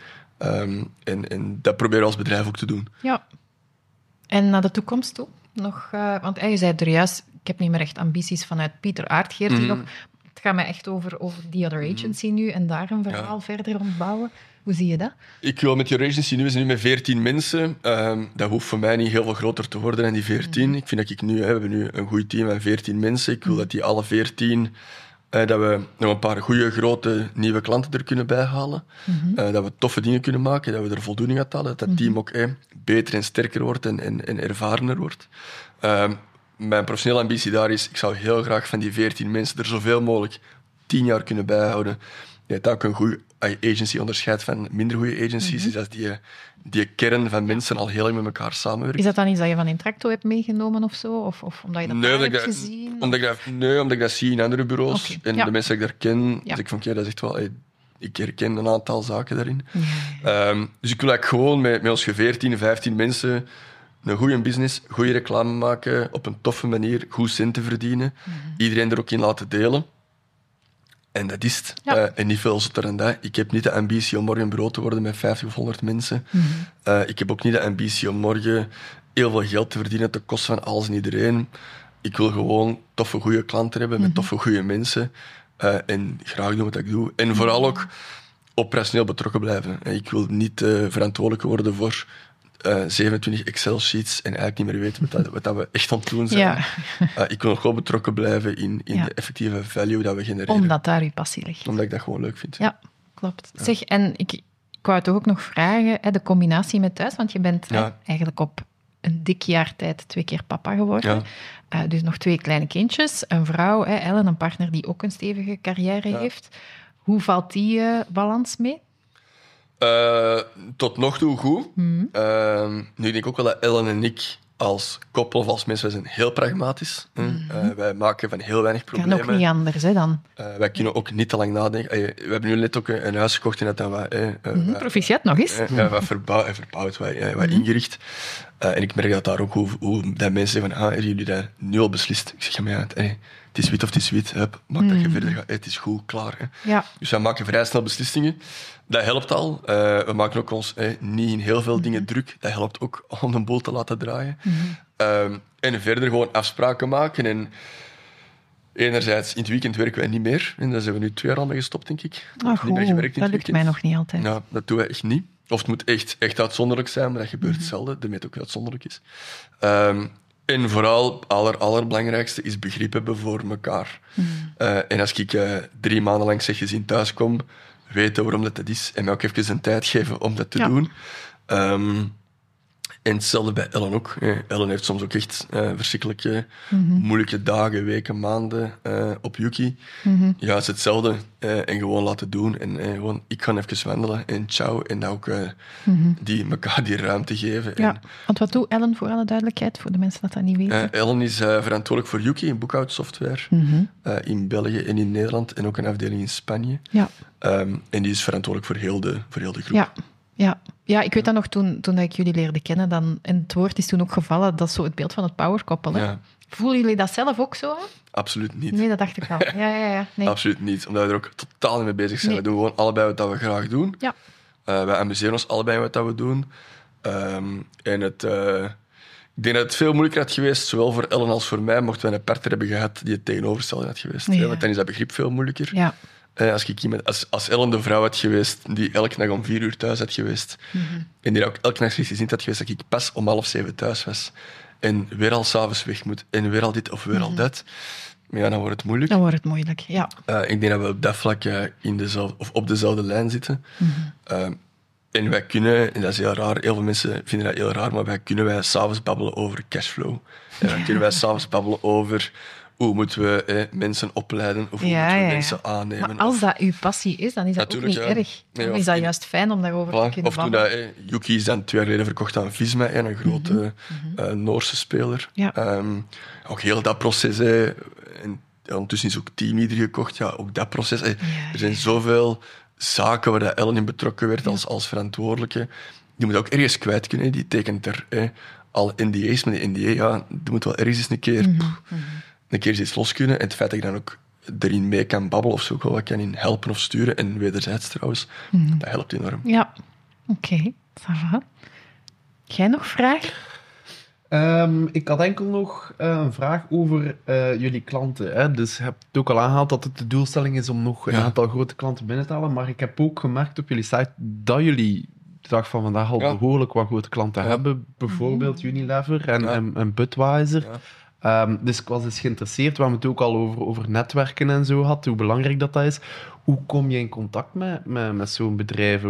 En dat proberen we als bedrijf ook te doen. Ja. En naar de toekomst toe? Nog, want je zei er juist, ik heb niet meer echt ambities vanuit Pieter Aartgeert. Het gaat mij echt over The Other Agency nu en daar een verhaal verder rondbouwen. Hoe zie je dat? Ik wil met The Other Agency nu, we zijn nu met 14 mensen. Dat hoeft voor mij niet heel veel groter te worden dan die 14. Ik vind dat we hebben nu een goed team van 14 mensen. Ik wil dat die alle 14... dat we nog een paar goede, grote, nieuwe klanten er kunnen bijhalen. Dat we toffe dingen kunnen maken, dat we er voldoening uit halen. Dat team ook beter en sterker wordt en ervarener wordt. Mijn professionele ambitie daar is, ik zou heel graag van die 14 mensen er zoveel mogelijk 10 jaar kunnen bijhouden. Dat ook een goede agency onderscheidt van minder goede agencies. Is dat die kern van mensen al heel lang met elkaar samenwerken. Is dat dan iets dat je van Intracto hebt meegenomen of zo? Of omdat je dat daar hebt gezien? Omdat ik dat zie in andere bureaus. En de mensen die ik daar ken, dus ik vond, dat is echt wel... Ik herken een aantal zaken daarin. Dus ik wil eigenlijk gewoon met ons 14, 15 mensen een goede business, goede reclame maken, op een toffe manier, goed centen verdienen. Iedereen er ook in laten delen. En dat is het. Ja. En niet veel zotter dan dat. Ik heb niet de ambitie om morgen brood te worden met 50 of 100 mensen. Ik heb ook niet de ambitie om morgen heel veel geld te verdienen ten koste van alles en iedereen. Ik wil gewoon toffe, goede klanten hebben met toffe, goede mensen. En graag doen wat ik doe. En vooral ook operationeel betrokken blijven. Ik wil niet verantwoordelijk worden voor 27 Excel-sheets en eigenlijk niet meer weten wat dat we echt aan het doen zijn. Ja. Ik wil nog wel betrokken blijven in de effectieve value dat we genereren. Omdat daar uw passie ligt. Omdat ik dat gewoon leuk vind. Ja, klopt. Ja. Zeg, en ik wou toch ook nog vragen, de combinatie met thuis, want je bent eigenlijk op een dik jaar tijd 2 keer papa geworden. Ja. Dus nog 2 kleine kindjes. Een vrouw, Ellen, een partner die ook een stevige carrière heeft. Hoe valt die balans mee? Tot nog toe goed. Nu denk ik ook wel dat Ellen en ik als koppel of als mensen, wij zijn heel pragmatisch. Wij maken van heel weinig problemen. Kan ook niet anders, dan. Wij kunnen ook niet te lang nadenken. We hebben nu net ook een huis gekocht en dat dan proficiat nog eens. Wat verbouwd, wat ingericht. En ik merk dat daar ook hoe dat mensen zeggen van, hebben jullie dat nu al beslist? Ik zeg, ja, maar het is wit of het is wit. Maak dat je verder gaat. Het is goed, klaar. Ja. Dus wij maken vrij snel beslissingen. Dat helpt al. We maken ook ons niet in heel veel dingen druk. Dat helpt ook om de boel te laten draaien. En verder gewoon afspraken maken. En enerzijds, in het weekend werken wij niet meer. En daar zijn we nu 2 jaar al mee gestopt, denk ik. Niet meer gewerkt in dat lukt mij nog niet altijd. Ja, dat doen wij echt niet. Of het moet echt uitzonderlijk zijn, maar dat gebeurt zelden. Daarmee het ook uitzonderlijk is. En vooral, allerbelangrijkste is begrip hebben voor elkaar. En als ik 3 maanden lang zeg gezien thuis kom, weten waarom dat is en mij ook even een tijd geven om dat te doen. En hetzelfde bij Ellen ook. Ellen heeft soms ook echt verschrikkelijke moeilijke dagen, weken, maanden op Yuki. Ja, het is hetzelfde. En gewoon laten doen. En gewoon, ik ga even wandelen en ciao. En ook elkaar die ruimte geven. Ja, want wat doet Ellen voor alle duidelijkheid, voor de mensen dat niet weten? Ellen is verantwoordelijk voor Yuki, een boekhoudsoftware. In België en in Nederland. En ook een afdeling in Spanje. Ja. En die is verantwoordelijk voor heel de groep. Ja, ik weet dat nog toen dat ik jullie leerde kennen. En het woord is toen ook gevallen, dat is zo het beeld van het powerkoppel. Ja. Voelen jullie dat zelf ook zo? Absoluut niet. Nee, dat dacht ik al. Ja. Nee. Absoluut niet, omdat we er ook totaal niet mee bezig zijn. We doen gewoon allebei wat we graag doen. Ja. Wij amuseren ons allebei met wat we doen. En ik denk dat het veel moeilijker had geweest, zowel voor Ellen als voor mij, mochten we een partner hebben gehad die het tegenovergestelde had geweest. Ja. Want dan is dat begrip veel moeilijker. Ja. Als Ellen de vrouw had geweest die elke dag om 4 uur thuis had geweest en die ook elke nacht gezien had geweest dat ik pas om 6:30 thuis was en weer al 's avonds weg moet en weer al dit of weer al dat, ja, dan wordt het moeilijk. Ja. Ik denk dat we op dat vlak op dezelfde lijn zitten. En wij kunnen, en dat is heel raar, heel veel mensen vinden dat heel raar, maar wij kunnen 's avonds babbelen over cashflow. En dan kunnen wij 's avonds babbelen over hoe moeten we mensen opleiden of hoe moeten we mensen aannemen. Maar als dat uw passie is, dan is dat ook niet erg. Dan is dat juist fijn om daarover te kunnen babbelen. Of toen Yuki is dan 2 jaar geleden verkocht aan Visma, een grote Noorse speler. Ja. Ook heel dat proces. En ondertussen is ook Teamleader gekocht. Ja, ook dat proces. Er zijn zoveel zaken waar dat Ellen in betrokken werd als verantwoordelijke. Die moet ook ergens kwijt kunnen. Die tekent er al NDA's, maar die NDA, die moet wel ergens eens een keer... een keer iets los kunnen. En het feit dat ik dan ook erin mee kan babbelen of zo, ook wel wat kan in helpen of sturen, en wederzijds trouwens, dat helpt enorm. Ja, oké. Ça va. Jij nog vraag? Ik had enkel nog een vraag over jullie klanten. Hè? Dus je hebt ook al aangehaald dat het de doelstelling is om nog een aantal grote klanten binnen te halen, maar ik heb ook gemerkt op jullie site dat jullie de dag van vandaag al behoorlijk wat grote klanten hebben. Bijvoorbeeld Unilever en Budweiser. Ja. Dus ik was dus geïnteresseerd, we hebben het ook al over netwerken en zo gehad, hoe belangrijk dat is. Hoe kom je in contact met zo'n bedrijf?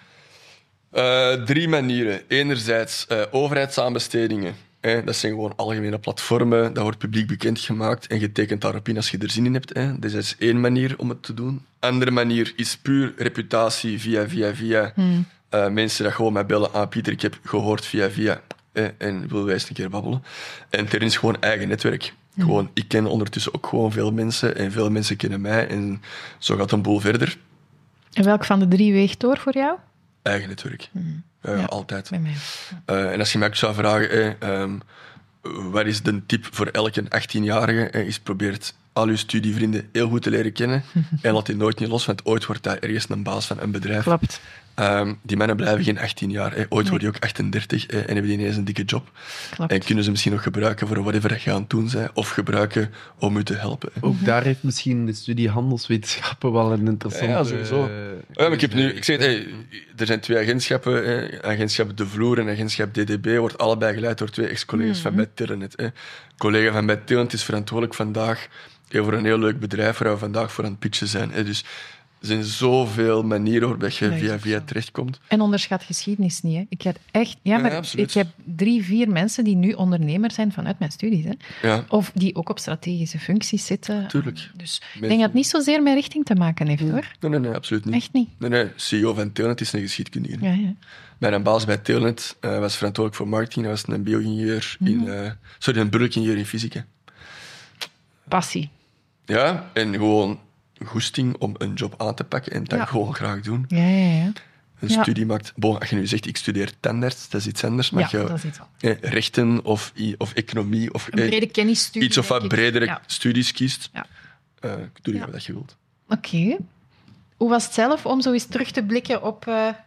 3 manieren. Enerzijds overheidsaanbestedingen. Dat zijn gewoon algemene platformen, dat wordt publiek bekendgemaakt en je tekent daarop in als je er zin in hebt. Dus dat is 1 manier om het te doen. Andere manier is puur reputatie via mensen dat gewoon mij bellen. Pieter, ik heb gehoord via... en wil wij eens een keer babbelen. En ter is gewoon eigen netwerk. Gewoon, ik ken ondertussen ook gewoon veel mensen en veel mensen kennen mij en zo gaat een boel verder. En welk van de 3 weegt door voor jou? Eigen netwerk. Altijd. Bij mij. En als je mij ook zou vragen, wat is de tip voor elke 18-jarige? Is probeert al je studievrienden heel goed te leren kennen en laat die nooit niet los, want ooit wordt dat ergens een baas van een bedrijf. Klopt. Die mannen blijven geen 18 jaar. Hè. Ooit worden die ook 38 en hebben die ineens een dikke job. Klopt. En kunnen ze misschien nog gebruiken voor whatever je aan het doen bent, of gebruiken om u te helpen. Hè. Ook daar heeft misschien de studie handelswetenschappen wel een interessante... Ja, sowieso. Maar ik zeg het, er zijn 2 agentschappen. Hè. Agentschap De Vloer en agentschap DDB wordt allebei geleid door 2 ex-collega's van bij Telenet. Hè. Collega van bij Telenet is verantwoordelijk vandaag voor een heel leuk bedrijf waar we vandaag voor aan het pitchen zijn. Hè. Dus er zijn zoveel manieren waarop je via terechtkomt. En onderschat geschiedenis niet. Hè. Ik heb echt... Ja, maar absoluut. ik heb 3-4 mensen die nu ondernemer zijn vanuit mijn studies. Hè. Ja. Of die ook op strategische functies zitten. Tuurlijk. Dus ik denk dat het niet zozeer met richting te maken heeft, hoor. Nee, absoluut niet. Echt niet. Nee, CEO van Telenet is een geschiedkundige. Ja. Mijn baas bij Telenet was verantwoordelijk voor marketing. Hij was een bio-ingenieur een burgeringenieur in fysica. Passie. Ja, en gewoon goesting om een job aan te pakken en dat gewoon graag doen. Ja. Een studie maakt... als je nu zegt, ik studeer tandarts, dat is iets anders. Maar Ja, dat is iets rechten of economie of een brede kennisstudie. iets of wat bredere Ja. studies kiest, Ja. doe je wat je wilt. Oké. Hoe was het zelf om zo eens terug te blikken op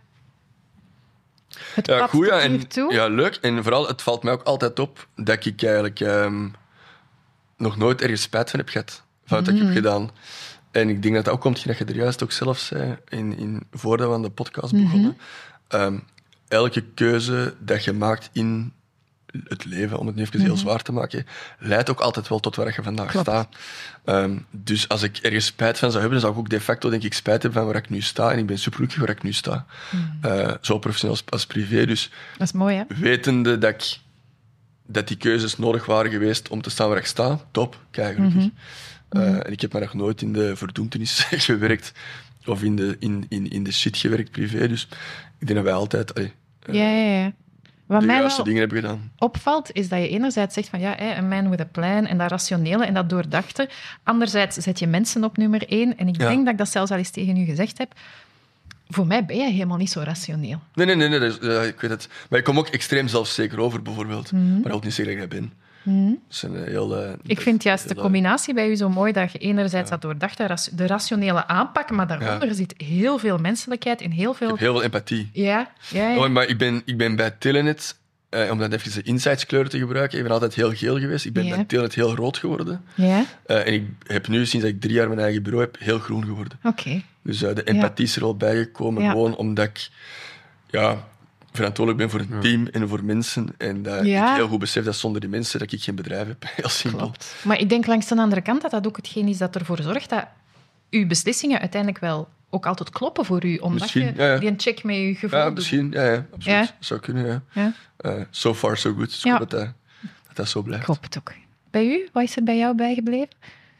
het pad goed, tot hiertoe? ja, leuk. En vooral, het valt mij ook altijd op dat ik eigenlijk nog nooit ergens spijt van heb gehad. Van wat ik heb gedaan. En ik denk dat dat ook komt, dat je er juist ook zelf zei, voordat we aan de podcast begonnen. Elke keuze dat je maakt in het leven, om het nu even heel zwaar te maken, leidt ook altijd wel tot waar je vandaag staat. Dus als ik ergens spijt van zou hebben, dan zou ik ook de facto denk ik spijt hebben van waar ik nu sta. En ik ben supergelukkig waar ik nu sta. Zo professioneel als privé. Dus Dat is mooi, hè? wetende dat die keuzes nodig waren geweest om te staan waar ik sta, top, kijk gelukkig. En ik heb maar nog nooit in de verdoemtenis gewerkt of in de shit gewerkt privé. Dus ik denk dat wij altijd Ja. Wat de mij juiste wel dingen hebben gedaan. opvalt, is dat je enerzijds zegt van ja, een man with a plan en dat rationele en dat doordachte. Anderzijds zet je mensen op nummer 1. En ik denk dat ik dat zelfs al eens tegen u gezegd heb. Voor mij ben je helemaal niet zo rationeel. Nee, ik weet het. Maar ik kom ook extreem zelfzeker over, bijvoorbeeld. Maar dat wil niet zeggen dat ik dat ben. Dat is een heel, Ik vind juist de combinatie bij u zo mooi dat je enerzijds dat doordachte, de rationele aanpak, maar daaronder zit heel veel menselijkheid en heel veel... Ik heb heel veel empathie. Ja. Oh, maar ik ben bij Telenet, om dan even de insightskleuren te gebruiken, ik ben altijd heel geel geweest. Ik ben bij Telenet heel rood geworden. Ja. En ik heb nu, sinds dat ik 3 jaar mijn eigen bureau heb, heel groen geworden. Oké. Dus de empathie is er al bijgekomen, gewoon omdat ik verantwoordelijk ben voor een team en voor mensen. En dat ik heel goed besef dat zonder die mensen dat ik geen bedrijf heb. Heel simpel. Klopt. Maar ik denk langs de andere kant dat dat ook hetgeen is dat ervoor zorgt dat uw beslissingen uiteindelijk wel ook altijd kloppen voor u. Omdat misschien, je die een check met je gevoel doet. Misschien, absoluut. Ja. Dat zou kunnen, so far, so good. Dus ik hoop dat zo blijft. Klopt ook. Bij u? Wat is er bij jou bijgebleven?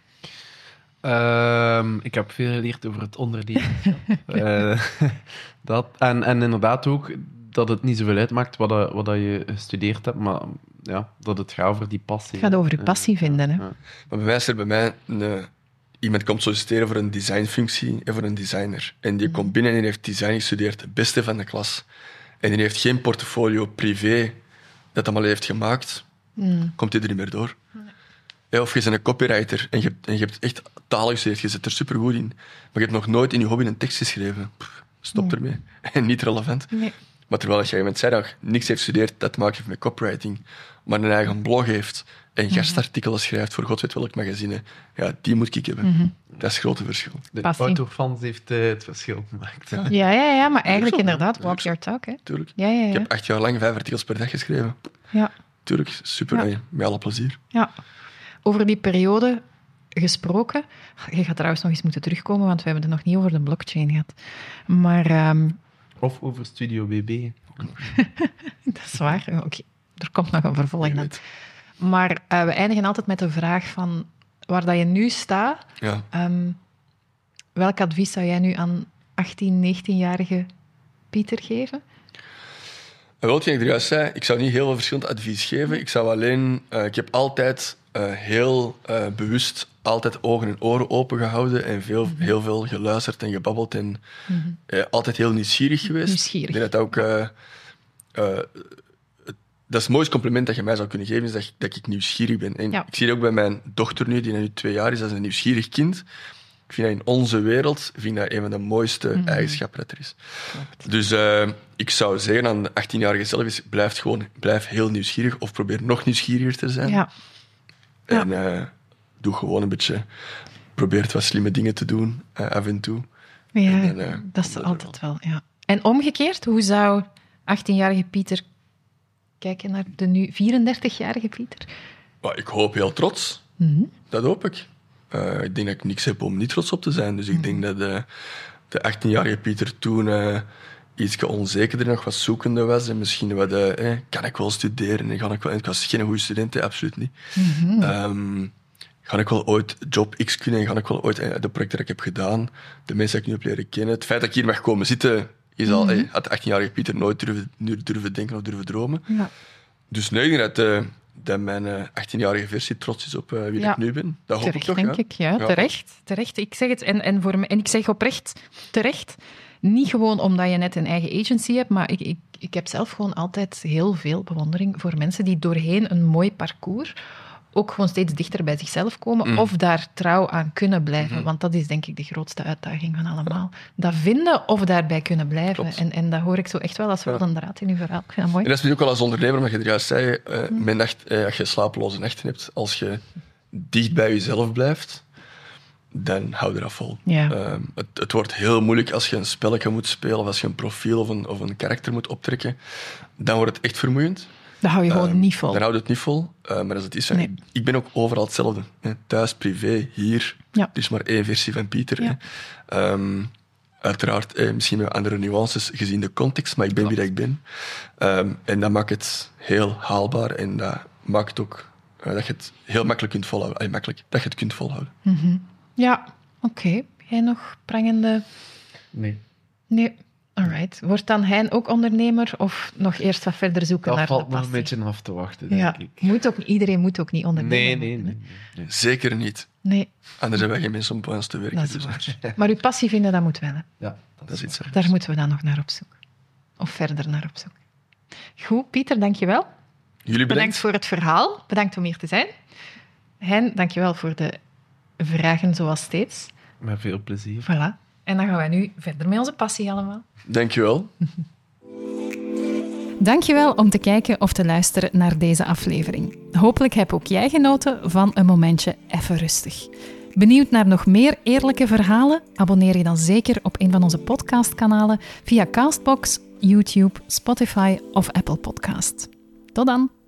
Ik heb veel geleerd over het ondernemerschap. En inderdaad ook dat het niet zoveel uitmaakt wat je gestudeerd hebt, maar ja, dat het gaat over die passie. Het gaat over je passie vinden. Hè? Maar bij mij is er iemand komt solliciteren voor een designfunctie en voor een designer. En die komt binnen en heeft design gestudeerd, het beste van de klas. En die heeft geen portfolio privé dat allemaal heeft gemaakt. Komt hij er niet meer door. Ja, of je bent een copywriter en je hebt echt taal gestudeerd, je zit er supergoed in. Maar je hebt nog nooit in je hobby een tekst geschreven. Stop ermee. En niet relevant. Nee. Maar terwijl je iemand zei dat niks heeft gestudeerd dat te maken heeft met copywriting, maar een eigen blog heeft en gastartikelen schrijft voor god weet welk magazine, ja, die moet ik hebben. Dat is het grote verschil. De Passie. Autofans heeft het verschil gemaakt. Ja, maar eigenlijk zo. inderdaad, Dat is walk ook your talk. Hè? Tuurlijk. Ja. Ik heb 8 jaar lang 5 artikels per dag geschreven. Ja. Tuurlijk, super, met alle plezier. Ja. Over die periode gesproken. Je gaat trouwens nog eens moeten terugkomen, want we hebben het nog niet over de blockchain gehad. Maar... Of over Studio BB. dat is waar. Oké. Er komt nog een vervolg Wie dan. weet. Maar we eindigen altijd met de vraag van waar dat je nu staat. Ja. Welk advies zou jij nu aan 18, 19-jarige Pieter geven? Wel, hetgeen ik er juist zei, ik zou niet heel veel verschillend advies geven. Ik zou alleen... ik heb altijd heel bewust altijd ogen en oren open gehouden en heel veel geluisterd en gebabbeld en altijd heel nieuwsgierig geweest. Nieuwsgierig. Ik denk dat ook dat is het mooiste compliment dat je mij zou kunnen geven, is dat ik nieuwsgierig ben. En ik zie het ook bij mijn dochter nu, die nu 2 jaar is, dat is een nieuwsgierig kind. Ik vind dat in onze wereld dat een van de mooiste eigenschappen dat er is. Klopt. Dus ik zou zeggen aan de 18-jarige zelf is, blijf heel nieuwsgierig of probeer nog nieuwsgieriger te zijn. Ja. En doe gewoon een beetje... Probeer wat slimme dingen te doen, af en toe. Ja, en, dat is altijd wel, ja. En omgekeerd, hoe zou 18-jarige Pieter kijken naar de nu 34-jarige Pieter? Ik hoop heel trots. Mm-hmm. Dat hoop ik. Ik denk dat ik niks heb om niet trots op te zijn. Dus ik denk dat de 18-jarige Pieter toen iets onzekerder nog wat zoekende was. En misschien wat, kan ik wel studeren? En ik was geen goede student, absoluut niet. Mm-hmm. Ga ik wel ooit job X kunnen? En ga ik wel ooit de projecten die ik heb gedaan, de mensen die ik nu heb leren kennen. Het feit dat ik hier mag komen zitten, is al, had de 18-jarige Pieter nooit durven denken of durven dromen. Ja. Dus nee, ik denk dat mijn 18-jarige versie trots is op wie ik nu ben. Dat hoop terecht, ik toch, denk ik. Ja, terecht. Ik zeg het, en ik zeg oprecht terecht. Niet gewoon omdat je net een eigen agency hebt, maar ik heb zelf gewoon altijd heel veel bewondering voor mensen die doorheen een mooi parcours ook gewoon steeds dichter bij zichzelf komen of daar trouw aan kunnen blijven. Want dat is denk ik de grootste uitdaging van allemaal. Dat vinden of daarbij kunnen blijven. En dat hoor ik zo echt wel als rode draad in uw verhaal. Ik vind dat mooi. En dat is ook wel als ondernemer, wat je er juist zei, als je slapeloze nachten hebt, als je dicht bij jezelf blijft, dan hou je dat vol. Ja. Het wordt heel moeilijk als je een spelletje moet spelen of als je een profiel of een karakter moet optrekken. Dan wordt het echt vermoeiend. Dat hou je gewoon niet vol. Dan houdt het niet vol. Maar als het is, ik ben ook overal hetzelfde. Thuis, privé, hier. Ja. Er is maar 1 versie van Pieter. Ja. Uiteraard, misschien met andere nuances gezien de context, maar ik ben wie dat ik ben. En dat maakt het heel haalbaar en dat maakt ook dat je het heel makkelijk kunt volhouden. Dat je het kunt volhouden. Mm-hmm. Ja, oké. Jij nog prangende... Nee. Alright. Wordt dan Hein ook ondernemer of nog eerst wat verder zoeken naar de passie? Dat valt nog een beetje af te wachten, denk ik. Iedereen moet ook niet ondernemer Nee. Zeker niet. Nee. Anders hebben wij geen mensen om bij ons te werken. Dat is waar. Maar uw passie vinden, dat moet wel. Hè? Ja, dat is iets anders. Daar moeten we dan nog naar op zoek. Of verder naar op zoek. Goed, Pieter, dank je wel. Jullie bedankt voor het verhaal. Bedankt om hier te zijn. Hein, dank je wel voor de vragen zoals steeds. Met veel plezier. Voilà. En dan gaan wij nu verder met onze passie allemaal. Dank je wel. Dank je wel om te kijken of te luisteren naar deze aflevering. Hopelijk heb ook jij genoten van een momentje even rustig. Benieuwd naar nog meer eerlijke verhalen? Abonneer je dan zeker op een van onze podcastkanalen via Castbox, YouTube, Spotify of Apple Podcast. Tot dan!